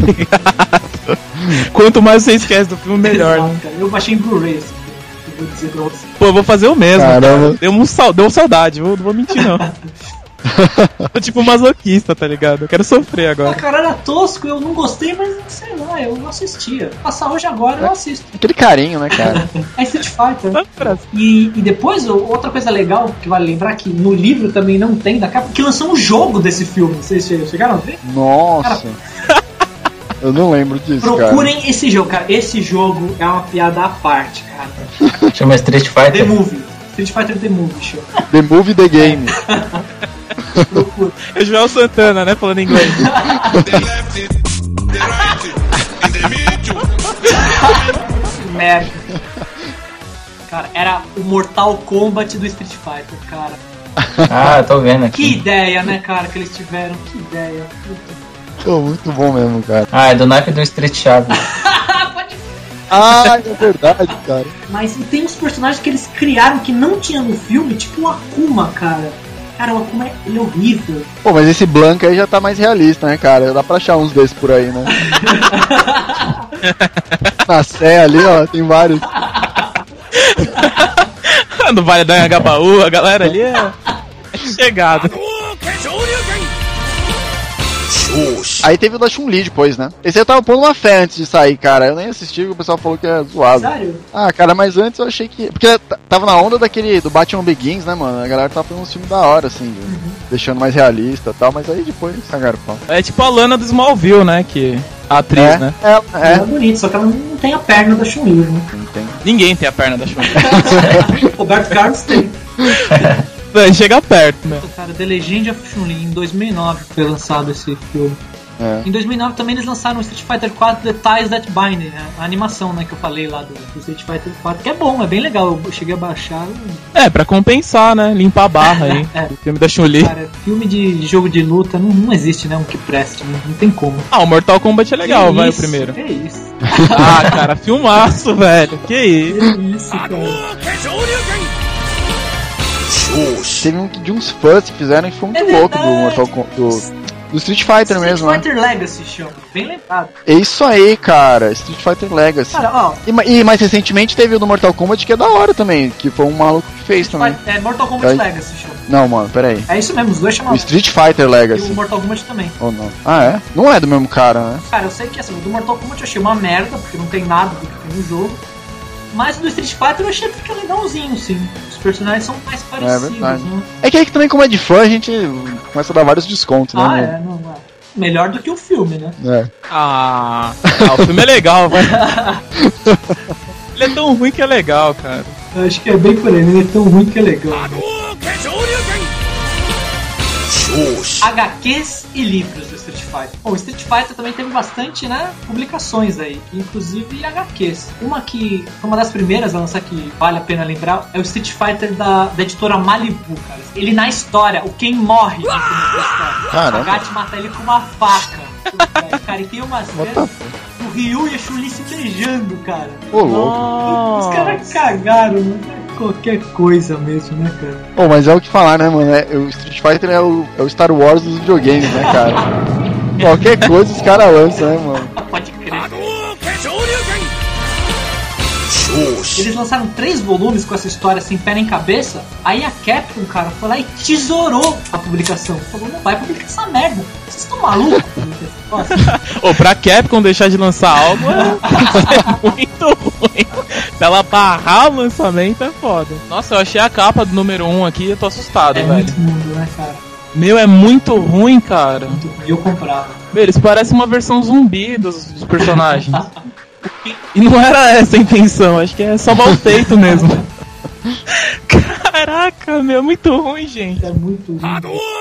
Quanto mais você esquece do filme, melhor. Exato, Né? cara. Eu baixei em Blu-ray, assim, eu vou dizer pra você. Pô, eu vou fazer o mesmo. Caramba. Cara. Deu saudade, não vou mentir, não. Tô tipo masoquista, tá ligado? Eu quero sofrer Ah, agora. cara, era tosco, eu não gostei, mas sei lá, eu não assistia. Passar hoje agora, eu assisto. Aquele carinho, né, cara? É Street Fighter. Tá pra- E depois, outra coisa legal que vale lembrar que no livro também não tem da capa, que lançou um jogo desse filme. Vocês chegaram a ver? Nossa. Eu não lembro disso, cara. Procurem esse jogo, cara. Esse jogo é uma piada à parte, cara. Chama Street The Fighter. Movie. Street Fighter The Movie, show. The Movie, The Game. Procura. É Joel Santana, né? Falando inglês. Merda. Cara, era o Mortal Kombat do Street Fighter, cara. Ah, tô vendo Que aqui. ideia, né, cara, que eles tiveram. Que ideia. Pô, muito bom mesmo, cara. Ah, é do naipe do Street Chaves. Ah, é verdade, cara. Mas tem uns personagens que eles criaram que não tinha no filme, tipo o Akuma, cara. Cara, o Akuma, ele é horrível. Pô, mas esse Blanca aí já tá mais realista, né, cara? Dá pra achar uns desses por aí, né? Na Sé ali, ó, tem vários. No Vale do Anhangabaú, a galera ali é chegada. Aí teve o da Chun-Li depois, né? Esse eu tava pondo uma fé antes de sair, cara. Eu nem assisti, o pessoal falou que é zoado. Sério? Ah, cara, mas antes eu achei que... Porque tava na onda daquele, do Batman Begins, né, mano? A galera tava fazendo um filme da hora, assim, deixando mais realista e tal, mas aí depois cagaram o pau. É tipo a Lana do Smallville, né? Que a atriz, né? É bonito, só que ela não tem a perna da Chun-Li, né? Não tem. Ninguém tem a perna da Chun-Li. Roberto Carlos tem. Chega perto, né? Cara, The Legend of Chun-Li, em 2009 foi lançado esse filme. É. Em 2009 também eles lançaram o Street Fighter 4 The Ties That Bind, né? A animação, né, que eu falei lá do Street Fighter 4, que é bom, é bem legal, eu cheguei a baixar. É, pra compensar, né? Limpar a barra aí. O filme da Chun-Li. Cara, filme de jogo de luta não existe, né, um que preste, não tem como. Ah, o Mortal Kombat é legal, Que vai isso, o primeiro. Que isso. Ah, cara, filmaço, velho. Que isso. Que isso, cara. Teve um de uns fãs que fizeram e foi muito louco do Mortal Kombat. Do Street Fighter mesmo, Street Fighter Legacy chama, bem lembrado. É isso aí, cara. Street Fighter Legacy. Cara, ó, E mais recentemente teve o do Mortal Kombat que é da hora também, que foi um maluco que fez também. é Mortal Kombat Legacy chama. Não, mano, pera aí. É isso mesmo, os dois chamam. O Street Fighter E Legacy. o Mortal Kombat também. Ou não? Ah, é? Não é do mesmo cara, né? Cara, eu sei que assim, o do Mortal Kombat eu achei uma merda, porque não tem nada do que tem no jogo. Mas o do Street Fighter eu achei que fica legalzinho, sim. Os personagens são mais parecidos, verdade. né? É que aí também, como é de fã, a gente começa a dar vários descontos, né? Ah, é, não é. Melhor do que o filme, né? É. Ah, o filme é legal, vai. Ele é tão ruim que é legal, cara. Eu acho que é bem por aí, ele é tão ruim que é legal. HQs e livros do Street Fighter. Bom, o Street Fighter também teve bastante, né, publicações aí, inclusive HQs. Uma que foi uma das primeiras a lançar, que vale a pena lembrar, é o Street Fighter da editora Malibu, cara. Ele na história, o Ken morre no começo da história. Caramba. O Sagat mata ele com uma faca. Cara, e tem umas cenas do Ryu e a Chun-Li se beijando, cara. Ô, louco. Os caras cagaram, mano. Qualquer coisa mesmo, né, cara? Pô, mas é o que falar, né, mano? O Street Fighter é o Star Wars dos videogames, né, cara? Qualquer coisa os caras lançam, né, mano? Pode crer. Eles lançaram 3 volumes com essa história sem pé nem cabeça. Aí a Capcom, cara, foi lá e tesourou a publicação. Falou, não vai publicar essa merda. Vocês estão malucos? Ô, pra Capcom deixar de lançar algo é muito ruim. Se ela barrar o lançamento é foda. Nossa, eu achei a capa do número 1 aqui e eu tô assustado, É velho. muito mundo, né, cara? Meu, é muito ruim, cara. Muito ruim. Eu comprava. Meu, eles parecem uma versão zumbi dos personagens. E não era essa a intenção, acho que é só mal feito mesmo. Caraca, meu, é muito ruim, gente. É muito ruim.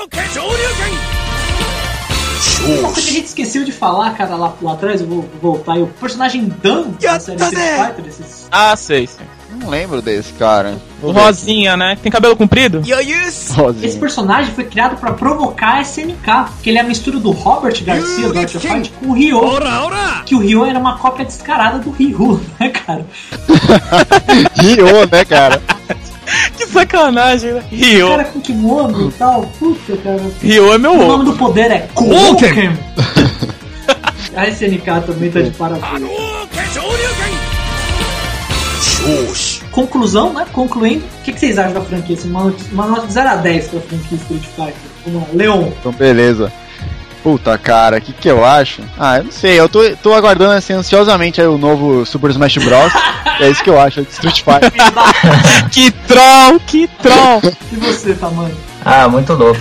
Uma coisa que a gente esqueceu de falar, cara, lá atrás, eu vou voltar. E o personagem Dan da série Street Fighter, esses... Ah, sei. Não lembro desse, cara. O Rosinha, né? Que tem cabelo comprido? Esse Rosinha. personagem foi criado pra provocar a SNK, que ele é a mistura do Robert Garcia do Art of Fight com o Ryo. Que o Ryo era uma cópia descarada do Ryu, né, cara? Ryo, né, cara? Que sacanagem, né? O Ryo. cara com kimono e tal, puta, cara. Ryo é meu O ovo. nome do poder é Kouken. A SNK também tá de parabéns. Conclusão, né? Concluindo, o que vocês acham da franquia? Assim, uma nota de 0 a 10 pra franquia Street Fighter. Vamos lá, Leon. Então, beleza. Puta, cara, o que eu acho? Ah, eu não sei, eu tô aguardando assim ansiosamente aí o novo Super Smash Bros. É isso que eu acho de Street Fighter. Que troll, que troll. E você, Tamanho? Ah, muito louco.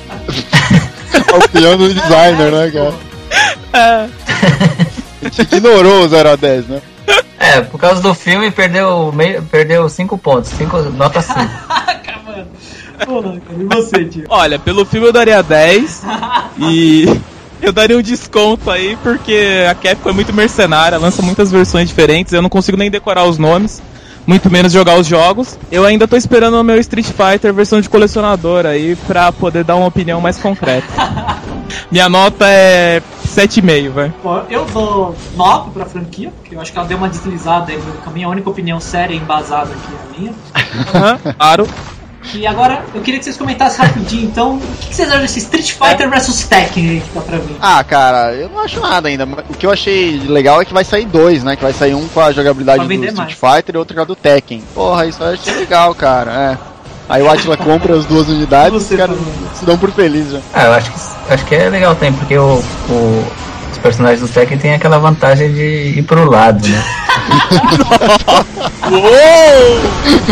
O pior do designer, né, cara? É. A gente ignorou o 0 a 10, né? É, por causa do filme perdeu 5 pontos. Nota 5. Caraca, mano. Porra, cara, e você, tio? Olha, pelo filme eu daria 10 e eu daria um desconto aí porque a Capcom é muito mercenária, lança muitas versões diferentes, eu não consigo nem decorar os nomes, muito menos jogar os jogos. Eu ainda tô esperando o meu Street Fighter versão de colecionador aí pra poder dar uma opinião mais concreta. Minha nota é 7,5, vai. Bom, eu dou 9 pra franquia, porque eu acho que ela deu uma deslizada aí no caminho. A única opinião séria e embasada aqui é a minha. Claro. E agora, eu queria que vocês comentassem rapidinho, então, o que vocês acham desse Street Fighter vs Tekken aí que tá pra vir? Ah, cara, eu não acho nada ainda. O que eu achei legal é que vai sair 2, né? Que vai sair um com a jogabilidade do Street Fighter e outro com a do Tekken. Porra, isso eu achei legal, cara, Aí o Atila compra as 2 unidades e os caras se dão por feliz já. Eu acho que é legal também, porque os personagens do Tekken tem aquela vantagem de ir pro lado, né? Uou!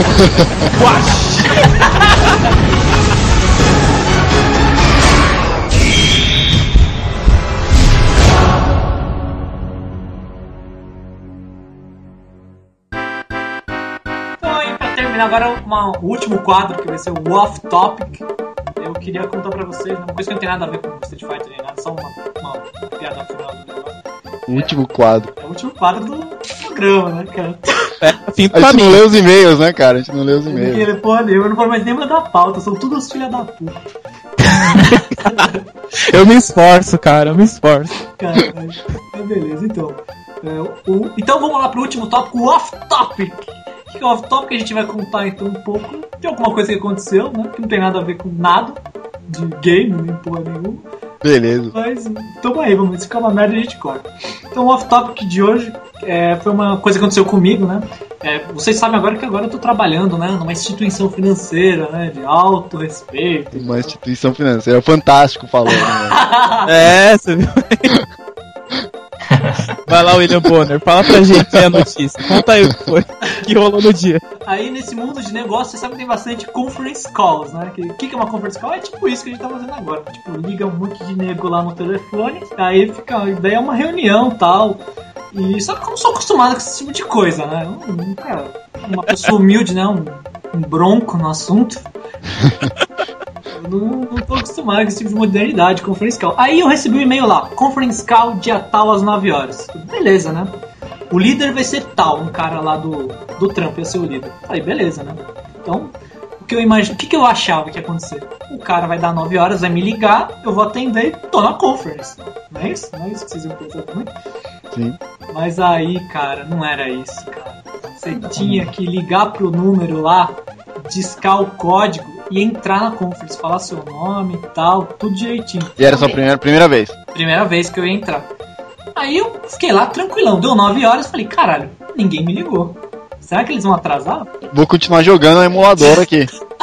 Agora o último quadro, que vai ser o Off Topic. Eu queria contar pra vocês uma coisa que não tem nada a ver com Street Fighter nem nada, só uma piada final do negócio. O último quadro. É o último quadro do programa, né, cara? A gente não lê os e-mails, né, cara? A gente não lê os e-mails. Eu não vou mais nem mandar pauta, são todos os filha da puta. Eu me esforço, cara, eu me esforço. Cara, beleza, então. Então vamos lá pro último tópico, o Off Topic. O que é off-topic? A gente vai contar então um pouco de alguma coisa que aconteceu, né? Que não tem nada a ver com nada de game, nem porra nenhuma. Beleza. Mas tamo aí, vamos ver. Se ficar uma merda a gente corta. Então o off-topic de hoje foi uma coisa que aconteceu comigo, né? Vocês sabem agora que agora eu tô trabalhando, né? Numa instituição financeira, né? De alto respeito. Uma instituição financeira. Fantástico falou, né? Você viu? Vai lá, William Bonner, fala pra gente a notícia. Conta aí o que foi, que rolou no dia. Aí, nesse mundo de negócio, você sabe que tem bastante conference calls, né? O que é uma conference call? É tipo isso que a gente tá fazendo agora. Tipo, liga um monte de nego lá no telefone, aí daí é uma reunião e tal. E só que eu não sou acostumado com esse tipo de coisa, né? Uma pessoa humilde, né? Um bronco no assunto. Eu não tô acostumado com esse tipo de modernidade, conference call. Aí eu recebi um e-mail lá, conference call dia tal às 9 horas. Beleza, né? O líder vai ser tal, um cara lá do Trump ia ser o líder. Falei, beleza, né? Então, o que eu achava que ia acontecer? O cara vai dar 9 horas, vai me ligar, eu vou atender e tô na conference. Não é isso? Não é isso que vocês iam pensar também? Sim. Mas aí, cara, não era isso, cara. Você tinha que ligar pro número lá, discar o código e entrar na conference, falar seu nome e tal, tudo direitinho. E era só a primeira vez? Primeira vez que eu ia entrar. Aí eu fiquei lá tranquilão, deu 9 horas, falei, caralho, ninguém me ligou. Será que eles vão atrasar? Vou continuar jogando no emulador aqui.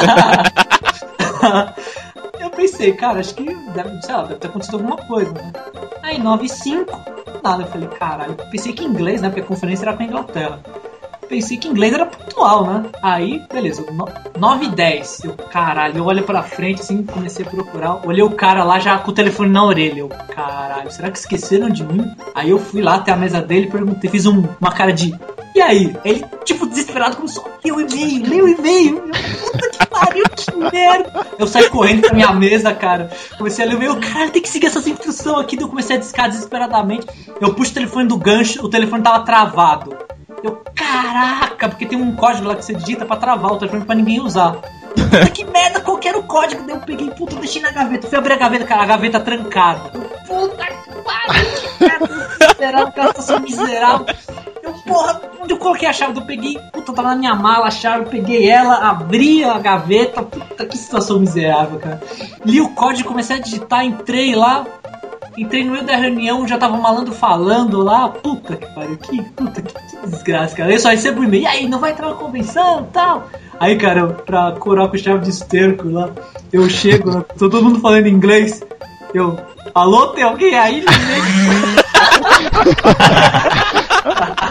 Eu pensei, cara, acho que deve ter acontecido alguma coisa, né? Aí 9h05, nada, eu falei, caralho, pensei que inglês, né, porque a conferência era com a Inglaterra. Pensei que inglês era pontual, né? Aí, beleza, 9h10. Eu, caralho, eu olho pra frente assim, comecei a procurar. Olhei o cara lá já com o telefone na orelha. Eu, caralho, será que esqueceram de mim? Aí eu fui lá até a mesa dele e perguntei, fiz uma cara de... E aí? Ele, tipo, desesperado, começou a ler o e-mail. Puta que pariu, que merda. Eu saí correndo pra minha mesa, cara. Comecei a ler o e-mail. Caralho, tem que seguir essas instruções aqui. Eu comecei a discar desesperadamente. Eu puxo o telefone do gancho, o telefone tava travado. Eu, caraca, porque tem um código lá que você digita pra travar o telefone pra ninguém usar. Puta que merda, qual que era o código? Daí eu peguei, puta, deixei na gaveta. Fui abrir a gaveta, cara, a gaveta trancada. Eu, puta que pariu, que merda miserável, aquela situação miserável. Eu, porra, onde eu coloquei a chave? Eu peguei, puta, tava na minha mala a chave, eu peguei ela, abri a gaveta. Puta, que situação miserável, cara. Li o código, comecei a digitar, entrei lá. Entrei no meio da reunião, já tava um malandro falando lá. Puta que pariu, que desgraça, cara. Eu só recebo um e-mail, e aí, não vai entrar na convenção e tal. Aí, cara, pra corar com chave de esterco lá, eu chego, todo mundo falando inglês. Eu, alô, tem alguém aí?